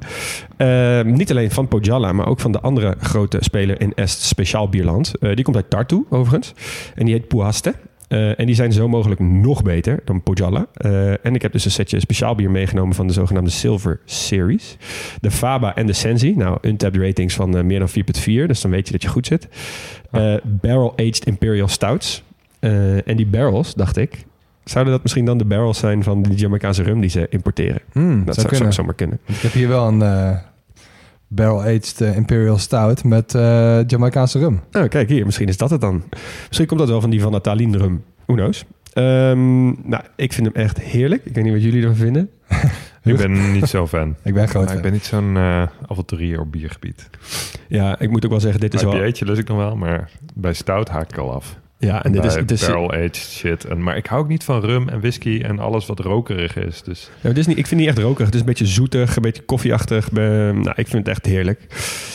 Uh, niet alleen van Pojala, maar ook van de andere grote speler in Est, speciaal bierland. Uh, die komt uit Tartu, overigens. En die heet Puhaste. Uh, en die zijn zo mogelijk nog beter dan Pojala. Uh, en ik heb dus een setje speciaal bier meegenomen van de zogenaamde Silver Series. De Faba en de Sensi. Nou, untapped ratings van uh, meer dan vier komma vier. Dus dan weet je dat je goed zit. Uh, Barrel-aged Imperial Stouts. Uh, en die barrels, dacht ik... Zouden dat misschien dan de barrels zijn van die Jamaicaanse rum die ze importeren? Hmm, dat zou, zou, zou zomaar kunnen. Ik heb hier wel een uh, barrel-aged uh, Imperial Stout met uh, Jamaicaanse rum. Oh, kijk hier, misschien is dat het dan. Misschien komt dat wel van die Van Tallinn rum. Who knows? Um, nou, ik vind hem echt heerlijk. Ik weet niet wat jullie ervan vinden. Ik ben niet zo fan. Ik ben groot fan. Ik ben niet zo'n uh, avonturier op biergebied. Ja, ik moet ook wel zeggen, dit is bij wel... biertje lust ik nog wel, maar bij stout haak ik al af. Ja, en dit is, dit is barrel-aged shit. En, maar ik hou ook niet van rum en whisky en alles wat rokerig is. Dus. Ja, dit is niet, ik vind het niet echt rokerig. Het is een beetje zoetig, een beetje koffieachtig. Uh, nou, ik vind het echt heerlijk.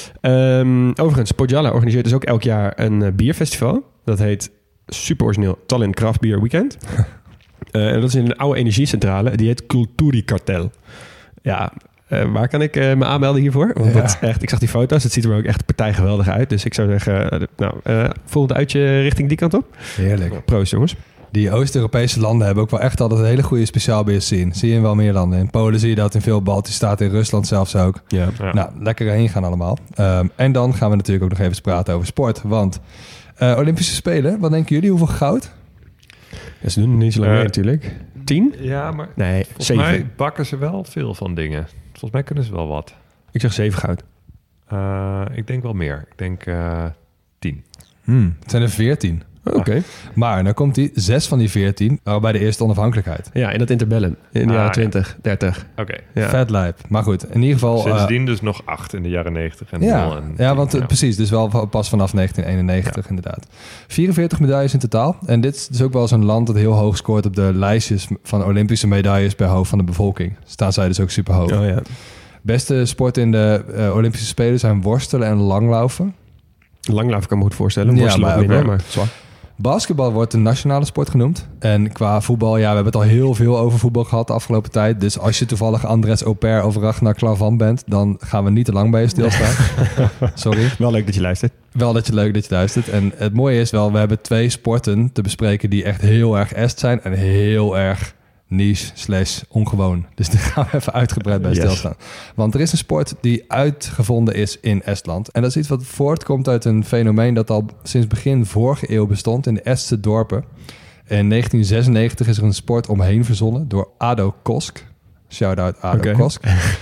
Um, overigens, Pojala organiseert dus ook elk jaar een uh, bierfestival. Dat heet super origineel Tallinn Craft Beer Weekend. uh, en dat is in een oude energiecentrale. Die heet Kulttuurikartel. Ja... Uh, waar kan ik uh, me aanmelden hiervoor? Want ja. dat is echt, ik zag die foto's. Het ziet er ook echt partij geweldig uit. Dus ik zou zeggen, uh, nou, uh, volgende uitje richting die kant op. Heerlijk. Proost, jongens. Die Oost-Europese landen hebben ook wel echt altijd een hele goede speciaalbier zien. Zie je in wel meer landen. In Polen zie je dat, in veel Baltische staten, in Rusland zelfs ook. Ja. Ja. Nou, lekker heen gaan allemaal. Um, en dan gaan we natuurlijk ook nog even praten over sport. Want uh, Olympische Spelen, wat denken jullie? Hoeveel goud? Ja, ze doen het niet zo lang uh, mee natuurlijk. Tien? Ja, maar nee, volgens zeven. mij bakken ze wel veel van dingen. Volgens mij kunnen ze wel wat. Ik zeg zeven goud. Uh, ik denk wel meer. Ik denk uh, tien. Hmm, het zijn er veertien. Oké. Okay. Maar dan komt die zes van die veertien uh, bij de eerste onafhankelijkheid. Ja, in dat interbellum. In de ah, jaren twintig, ja. dertig. Oké. Okay. Ja. Vet lijp. Maar goed, in ieder geval... Sindsdien uh, dus nog acht in de jaren negentig. En ja, en ja, want ja. precies. Dus wel pas vanaf negentien eenennegentig ja. inderdaad. vierenveertig medailles in totaal. En dit is dus ook wel zo'n land dat heel hoog scoort op de lijstjes van Olympische medailles per hoofd van de bevolking. Staan zij dus ook super hoog. Oh ja. Beste sport in de uh, Olympische Spelen zijn worstelen en langlaufen. Langlaufen kan ik me goed voorstellen. Ja, Worstelen maar ook ook minder, wel. maar zwaar. Basketbal wordt de nationale sport genoemd. En qua voetbal, ja, we hebben het al heel veel over voetbal gehad de afgelopen tijd. Dus als je toevallig Andres Auper of Ragnar Klavan bent, dan gaan we niet te lang bij je stilstaan. Sorry. Wel leuk dat je luistert. Wel dat je leuk dat je luistert. En het mooie is wel, we hebben twee sporten te bespreken die echt heel erg est zijn en heel erg niche slash ongewoon. Dus daar gaan we even uitgebreid bij Yes. stilstaan. Want er is een sport die uitgevonden is in Estland. En dat is iets wat voortkomt uit een fenomeen dat al sinds begin vorige eeuw bestond in de Estse dorpen. In negentien zesennegentig is er een sport omheen verzonnen door Ado Kosk. Shout-out Ado Oké. Kosk.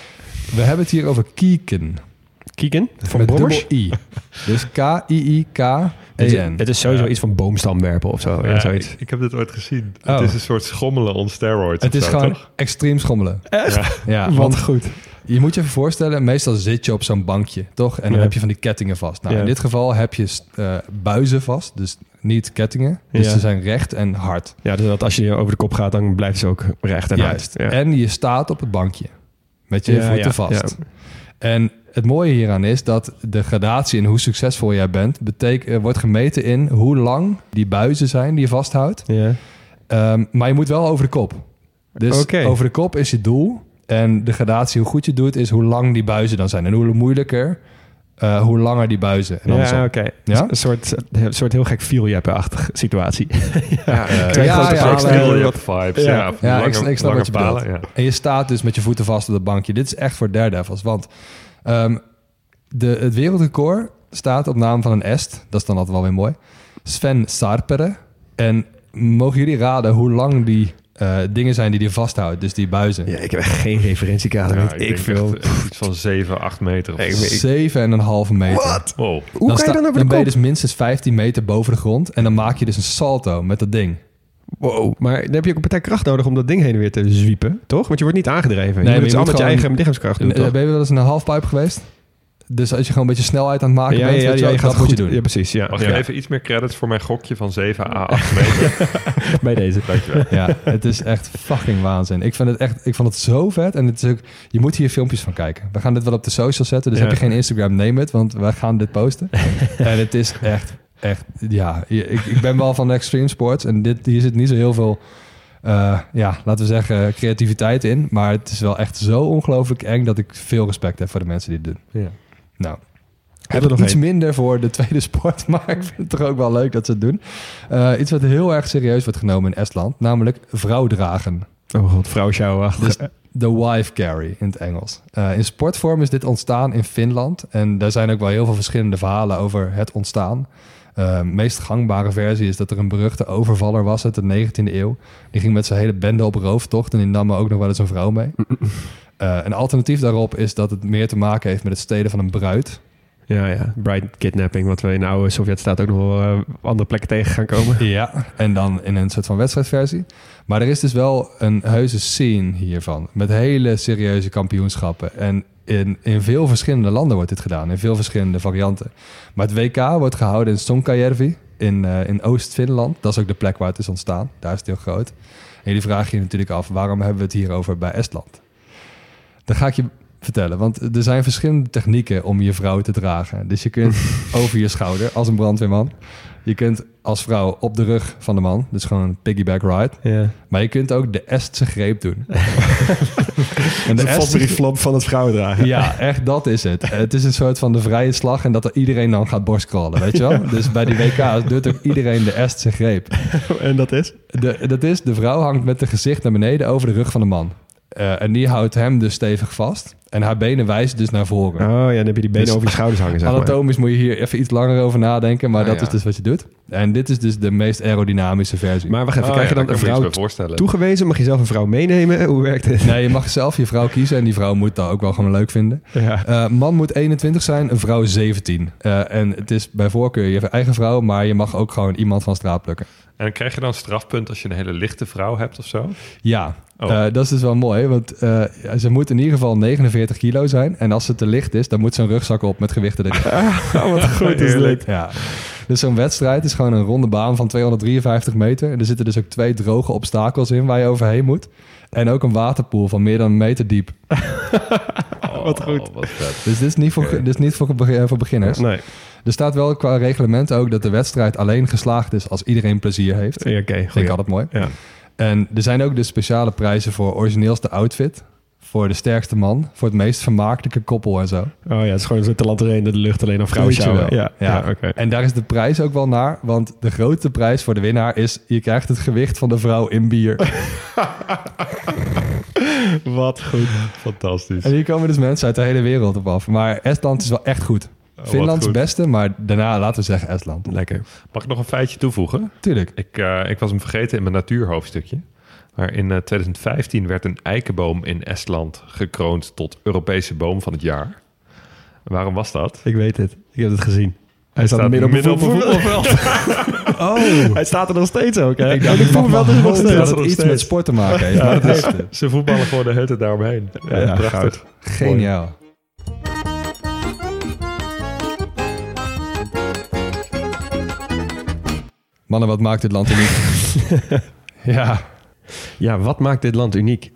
We hebben het hier over kieken. Kieken? Van Met brommers? dubbel I. Dus K I I K Het is, E N. het is sowieso Ja. iets van boomstamwerpen of zo. Ja, Ja, zoiets. ik, ik heb dit ooit gezien. Oh. Het is een soort schommelen on steroids. Het of is zo, gewoon toch? extreem schommelen. Echt? Ja, Wat want goed. je moet je even voorstellen, meestal zit je op zo'n bankje, toch? En dan Ja. heb je van die kettingen vast. Nou, Ja. in dit geval heb je uh, buizen vast, dus niet kettingen. Dus Ja. ze zijn recht en hard. Ja, dus dat als je over de kop gaat, dan blijft ze ook recht en Juist. hard. Ja. En je staat op het bankje met je Ja, voeten ja, vast. ja. En het mooie hieraan is dat de gradatie in hoe succesvol jij bent, betek- uh, wordt gemeten in hoe lang die buizen zijn die je vasthoudt. Ja. Um, maar je moet wel over de kop. Dus Oké. over de kop is je doel. En de gradatie, hoe goed je het doet, is hoe lang die buizen dan zijn. En hoe moeilijker, uh, hoe langer die buizen. En andersom. Ja, oké. Ja? Een soort, een soort heel gek vieljeppen-achtige situatie. Ja, Uh, Twee ja, grote ja, palen. ja, Extreme ja. vibes. Ja. Ja, Ja, lange, ik, ik snap lange wat je bedoelt. palen. Ja. En je staat dus met je voeten vast op het bankje. Dit is echt voor daredevils. Want um, de, het wereldrecord staat op naam van een est. Dat is dan altijd wel weer mooi. Sven Sarpere. En mogen jullie raden hoe lang die uh, dingen zijn die hij vasthoudt? Dus die buizen. Ja, ik heb echt geen referentiekader. Ja, weet ik ik denk veel. echt, eh, iets van zeven, acht meter. Of Ik- zo. ik- Zeven en een halve meter. Wat? Wow. Hoe kan je sta- dan over de dan ben je kop? dus minstens vijftien meter boven de grond. En dan maak je dus een salto met dat ding. Wow, maar dan heb je ook een partij kracht nodig om dat ding heen en weer te zwiepen, toch? Want je wordt niet aangedreven. Nee, je maar moet het je allemaal moet met je gewoon- eigen lichaamskracht doen, En, toch? uh, ben je wel eens in een halfpipe geweest? Dus als je gewoon een beetje snelheid aan het maken Ja, bent, ja, weet je ja, wel, je gaat dat moet je goed doen. Ja, precies. Ja. Mag je Ja. even iets meer credits voor mijn gokje van zeven à acht meter? Bij deze. Dankjewel. Ja, het is echt fucking waanzin. Ik vind het echt, ik vond het zo vet. En het is ook, je moet hier filmpjes van kijken. We gaan dit wel op de social zetten. Dus Ja. heb je geen Instagram, neem het. Want wij gaan dit posten. En het is echt, echt, ja. Ik, ik ben wel van de extreme sports. En dit, hier zit niet zo heel veel, uh, ja, laten we zeggen, creativiteit in. Maar het is wel echt zo ongelooflijk eng dat ik veel respect heb voor de mensen die het doen. Ja. Nou, Heb heb er ik nog iets één? minder voor de tweede sport, maar ik vind het toch ook wel leuk dat ze het doen. Uh, iets wat heel erg serieus wordt genomen in Estland, namelijk vrouwdragen. Oh god, vrouwshow. Dus de wife carry in het Engels. Uh, in sportvorm is dit ontstaan in Finland en daar zijn ook wel heel veel verschillende verhalen over het ontstaan. Uh, meest gangbare versie is dat er een beruchte overvaller was uit de negentiende eeuw. Die ging met zijn hele bende op rooftocht en die nam er ook nog wel eens een vrouw mee. Uh, een alternatief daarop is dat het meer te maken heeft met het stelen van een bruid. Ja, ja. Bride kidnapping, wat we in de oude Sovjetstaat ook nog wel uh, andere plekken tegen gaan komen. Ja, en dan in een soort van wedstrijdversie. Maar er is dus wel een heuse scene hiervan. Met hele serieuze kampioenschappen. En in, in veel verschillende landen wordt dit gedaan. In veel verschillende varianten. Maar het W K wordt gehouden in Sonkajärvi. In, uh, in Oost-Finland. Dat is ook de plek waar het is ontstaan. Daar is het heel groot. En jullie vragen je natuurlijk af, waarom hebben we het hier over bij Estland? Dan ga ik je vertellen. Want er zijn verschillende technieken om je vrouw te dragen. Dus je kunt over je schouder als een brandweerman. Je kunt als vrouw op de rug van de man. Dus gewoon een piggyback ride. Ja. Maar je kunt ook de Estse greep doen. En de Estse- Fosbury-flop van het vrouwendragen. Ja, echt dat is het. Het is een soort van de vrije slag en dat er iedereen dan gaat borstkrollen, weet je wel? Dus bij die W K's doet ook iedereen de Estse greep. En dat is? De, dat is, de vrouw hangt met haar gezicht naar beneden over de rug van de man. Uh, en die houdt hem dus stevig vast. En haar benen wijzen dus naar voren. Oh ja, dan heb je die benen Dus over je schouders hangen, zeg maar. Anatomisch moet je hier even iets langer over nadenken, maar Ah, dat ja. is dus wat je doet. En dit is dus de meest aerodynamische versie. Maar wacht even, Oh, krijg je ja, dan daar een kan ik me vrouw iets bij voorstellen. toegewezen? Mag je zelf een vrouw meenemen? Hoe werkt het? Nee, je mag zelf je vrouw kiezen en die vrouw moet dat ook wel gewoon leuk vinden. Ja. Uh, man moet eenentwintig zijn, een vrouw zeventien. Uh, en het is bij voorkeur je eigen vrouw, maar je mag ook gewoon iemand van straat plukken. En dan krijg je dan strafpunt als je een hele lichte vrouw hebt of zo? Ja, Oh. uh, dat is dus wel mooi, want uh, ze moet in ieder geval negenenveertig kilo zijn. En als ze te licht is, dan moet ze een rugzak op met gewichten erin. Oh, wat goed is dit. Ja. Dus zo'n wedstrijd is gewoon een ronde baan van tweehonderddrieënvijftig meter. En er zitten dus ook twee droge obstakels in waar je overheen moet. En ook een waterpoel van meer dan een meter diep. Oh, Wat goed. Wat vet. Dus dit is niet voor, Oké. dit is niet voor, be- voor beginners. Nee. Er staat wel qua reglement ook dat de wedstrijd alleen geslaagd is als iedereen plezier heeft. Ja, Oké, Vind goeie. ik altijd mooi. Ja. En er zijn ook dus speciale prijzen voor origineelste outfit, voor de sterkste man, voor het meest vermakelijke koppel en zo. Oh ja, het is gewoon zo talent erin de lucht alleen een vrouw Weet je sjouwen. wel. Ja, ja. ja oké. En daar is de prijs ook wel naar, want de grote prijs voor de winnaar is, je krijgt het gewicht van de vrouw in bier. Wat goed. Fantastisch. En hier komen dus mensen uit de hele wereld op af. Maar Estland is wel echt goed. wat Finland is goed. het beste, maar daarna laten we zeggen Estland. Lekker. Mag ik nog een feitje toevoegen? Tuurlijk. Ik, uh, ik was hem vergeten in mijn natuurhoofdstukje. Maar in uh, twintig vijftien werd een eikenboom in Estland gekroond tot Europese boom van het jaar. Waarom was dat? Ik weet het. Ik heb het gezien. Hij, staat midden op een midden op een voetbalveld. Oh, Hij staat er nog steeds ook, hè? ik dacht ik ik mag voetbalveld maar is nog hopen steeds. dat nog het iets steeds. met sport te maken heeft. Maar dat is het. Ze voetballen gewoon de hutte daaromheen. Ja, Ja, prachtig. goud. Geniaal. Mannen, wat maakt dit land uniek? ja, Ja, wat maakt dit land uniek?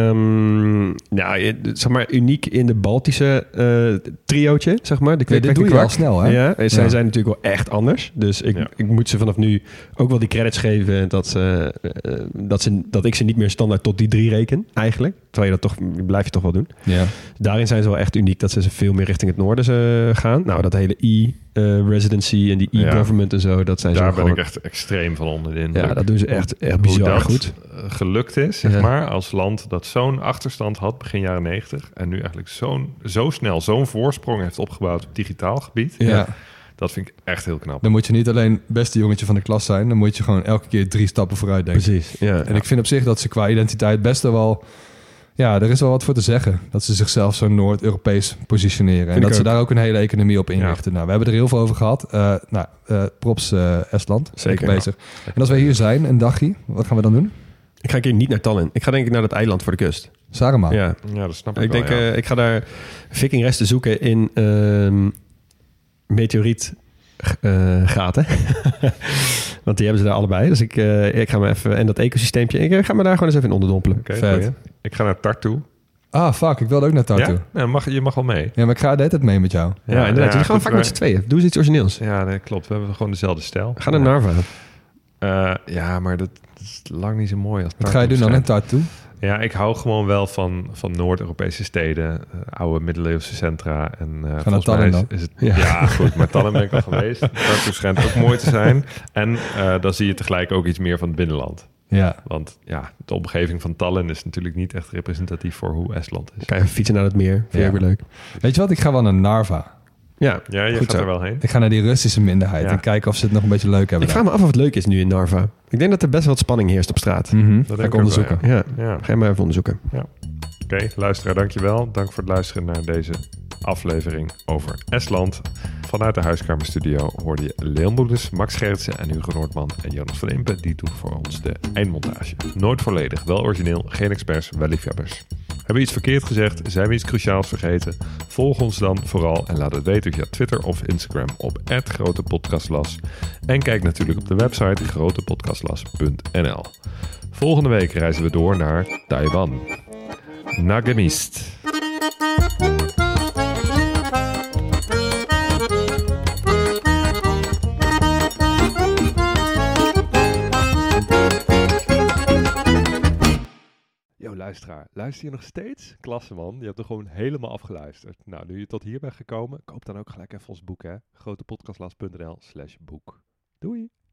Um, nou, je- zeg maar uniek in de Baltische uh, triootje, zeg maar. De dit kwik, doe je kwak, al snel, hè? Ja, en zij Ja. zijn natuurlijk wel echt anders. Dus ik, Ja. ik moet ze vanaf nu ook wel die credits geven dat, ze, uh, dat, ze, dat ik ze niet meer standaard tot die drie reken, eigenlijk. Terwijl je dat toch, blijf je toch wel doen. ja. Daarin zijn ze wel echt uniek dat ze veel meer richting het noorden uh, gaan. Nou, dat hele e-residency en die Ja. e-government en zo, dat zijn ze Daar wel ben gewoon... ik echt extreem van onder de indruk. Ja, dat doen ze echt, echt Hoe bizar dat goed. uh, gelukt is, zeg Ja. maar, als land dat zo'n achterstand had begin jaren negentig en nu eigenlijk zo'n, zo snel zo'n voorsprong heeft opgebouwd op digitaal gebied. Ja. Dat vind ik echt heel knap. Dan moet je niet alleen beste jongetje van de klas zijn, dan moet je gewoon elke keer drie stappen vooruit denken. Precies, ja. En ik vind op zich dat ze qua identiteit best wel... Ja, er is wel wat voor te zeggen. Dat ze zichzelf zo Noord-Europees positioneren. En ik dat ze ook. daar ook een hele economie op inrichten. Nou, we hebben er heel veel over gehad. Uh, nou, uh, props uh, Estland. Zeker. Bezig. En als wij hier zijn, een dagje, wat gaan we dan doen? Ik ga een keer niet naar Tallinn. Ik ga denk ik naar dat eiland voor de kust. Saaremaa. Ja. Ja, dat snap ik, Ik wel, denk, ja. uh, ik ga daar vikingresten zoeken in um, meteoriet uh, gaten. Want die hebben ze daar allebei. Dus ik, uh, ik ga me even... En dat ecosysteempje, ik ga me daar gewoon eens even in onderdompelen. Oké, Vet. goeie. Ik ga naar Tartu. Ah, fuck. Ik wilde ook naar Tartu. Ja? Ja, mag, je mag wel mee. Ja, maar ik ga de hele tijd mee met jou. Ja, ja inderdaad. Jullie gaan goed, vaak maar- met z'n tweeën. Doe eens iets origineels. Ja, nee, klopt. We hebben gewoon dezelfde stijl. Ga naar ja. Narva. Uh, ja, maar dat is lang niet zo mooi als Wat ga je doen dan in Tartu. Tartu? Ja, ik hou gewoon wel van, van Noord-Europese steden, uh, oude middeleeuwse centra. En uh, naar volgens mij Tallinn is, dan? is het... Ja. Ja. goed, maar Tallinn ben ik al geweest. Tartu schijnt ook mooi te zijn. En uh, dan zie je tegelijk ook iets meer van het binnenland. Ja. Want ja, de omgeving van Tallinn is natuurlijk niet echt representatief voor hoe Estland is. Kan je even fietsen naar het meer. Vind je Ja. ook weer leuk. Weet je wat? Ik ga wel naar Narva. Ja, Ja, je goed gaat zo. er wel heen. Ik ga naar die Russische minderheid Ja. en kijken of ze het nog een beetje leuk hebben. Ik vraag me af of het leuk is nu in Narva. Ik denk dat er best wel wat spanning heerst op straat. daar. Mhm. Dat Ga denk ik ik ook onderzoeken. wel, Ja, Ja. ga je maar even onderzoeken. Oké, okay, luisteraar, dankjewel. Dank voor het luisteren naar deze aflevering over Estland. Vanuit de Huiskamerstudio hoorde je Leon Boedes, Max Gerritsen en Hugo Noordman en Jonas van Impe. Die doen voor ons de eindmontage. Nooit volledig, wel origineel, geen experts, wel liefhebbers. Hebben we iets verkeerd gezegd? Zijn we iets cruciaals vergeten? Volg ons dan vooral en laat het weten via Twitter of Instagram op at grotepodcastlas. En kijk natuurlijk op de website grotepodcastlas punt n l. Volgende week reizen we door naar Taiwan. Nagemist. Yo, luisteraar. Luister je nog steeds? Klasse, man. Je hebt er gewoon helemaal afgeluisterd. Nou, nu je tot hier bent gekomen, koop dan ook gelijk even ons boek, hè. grotepodcastlas punt n l slash boek. Doei!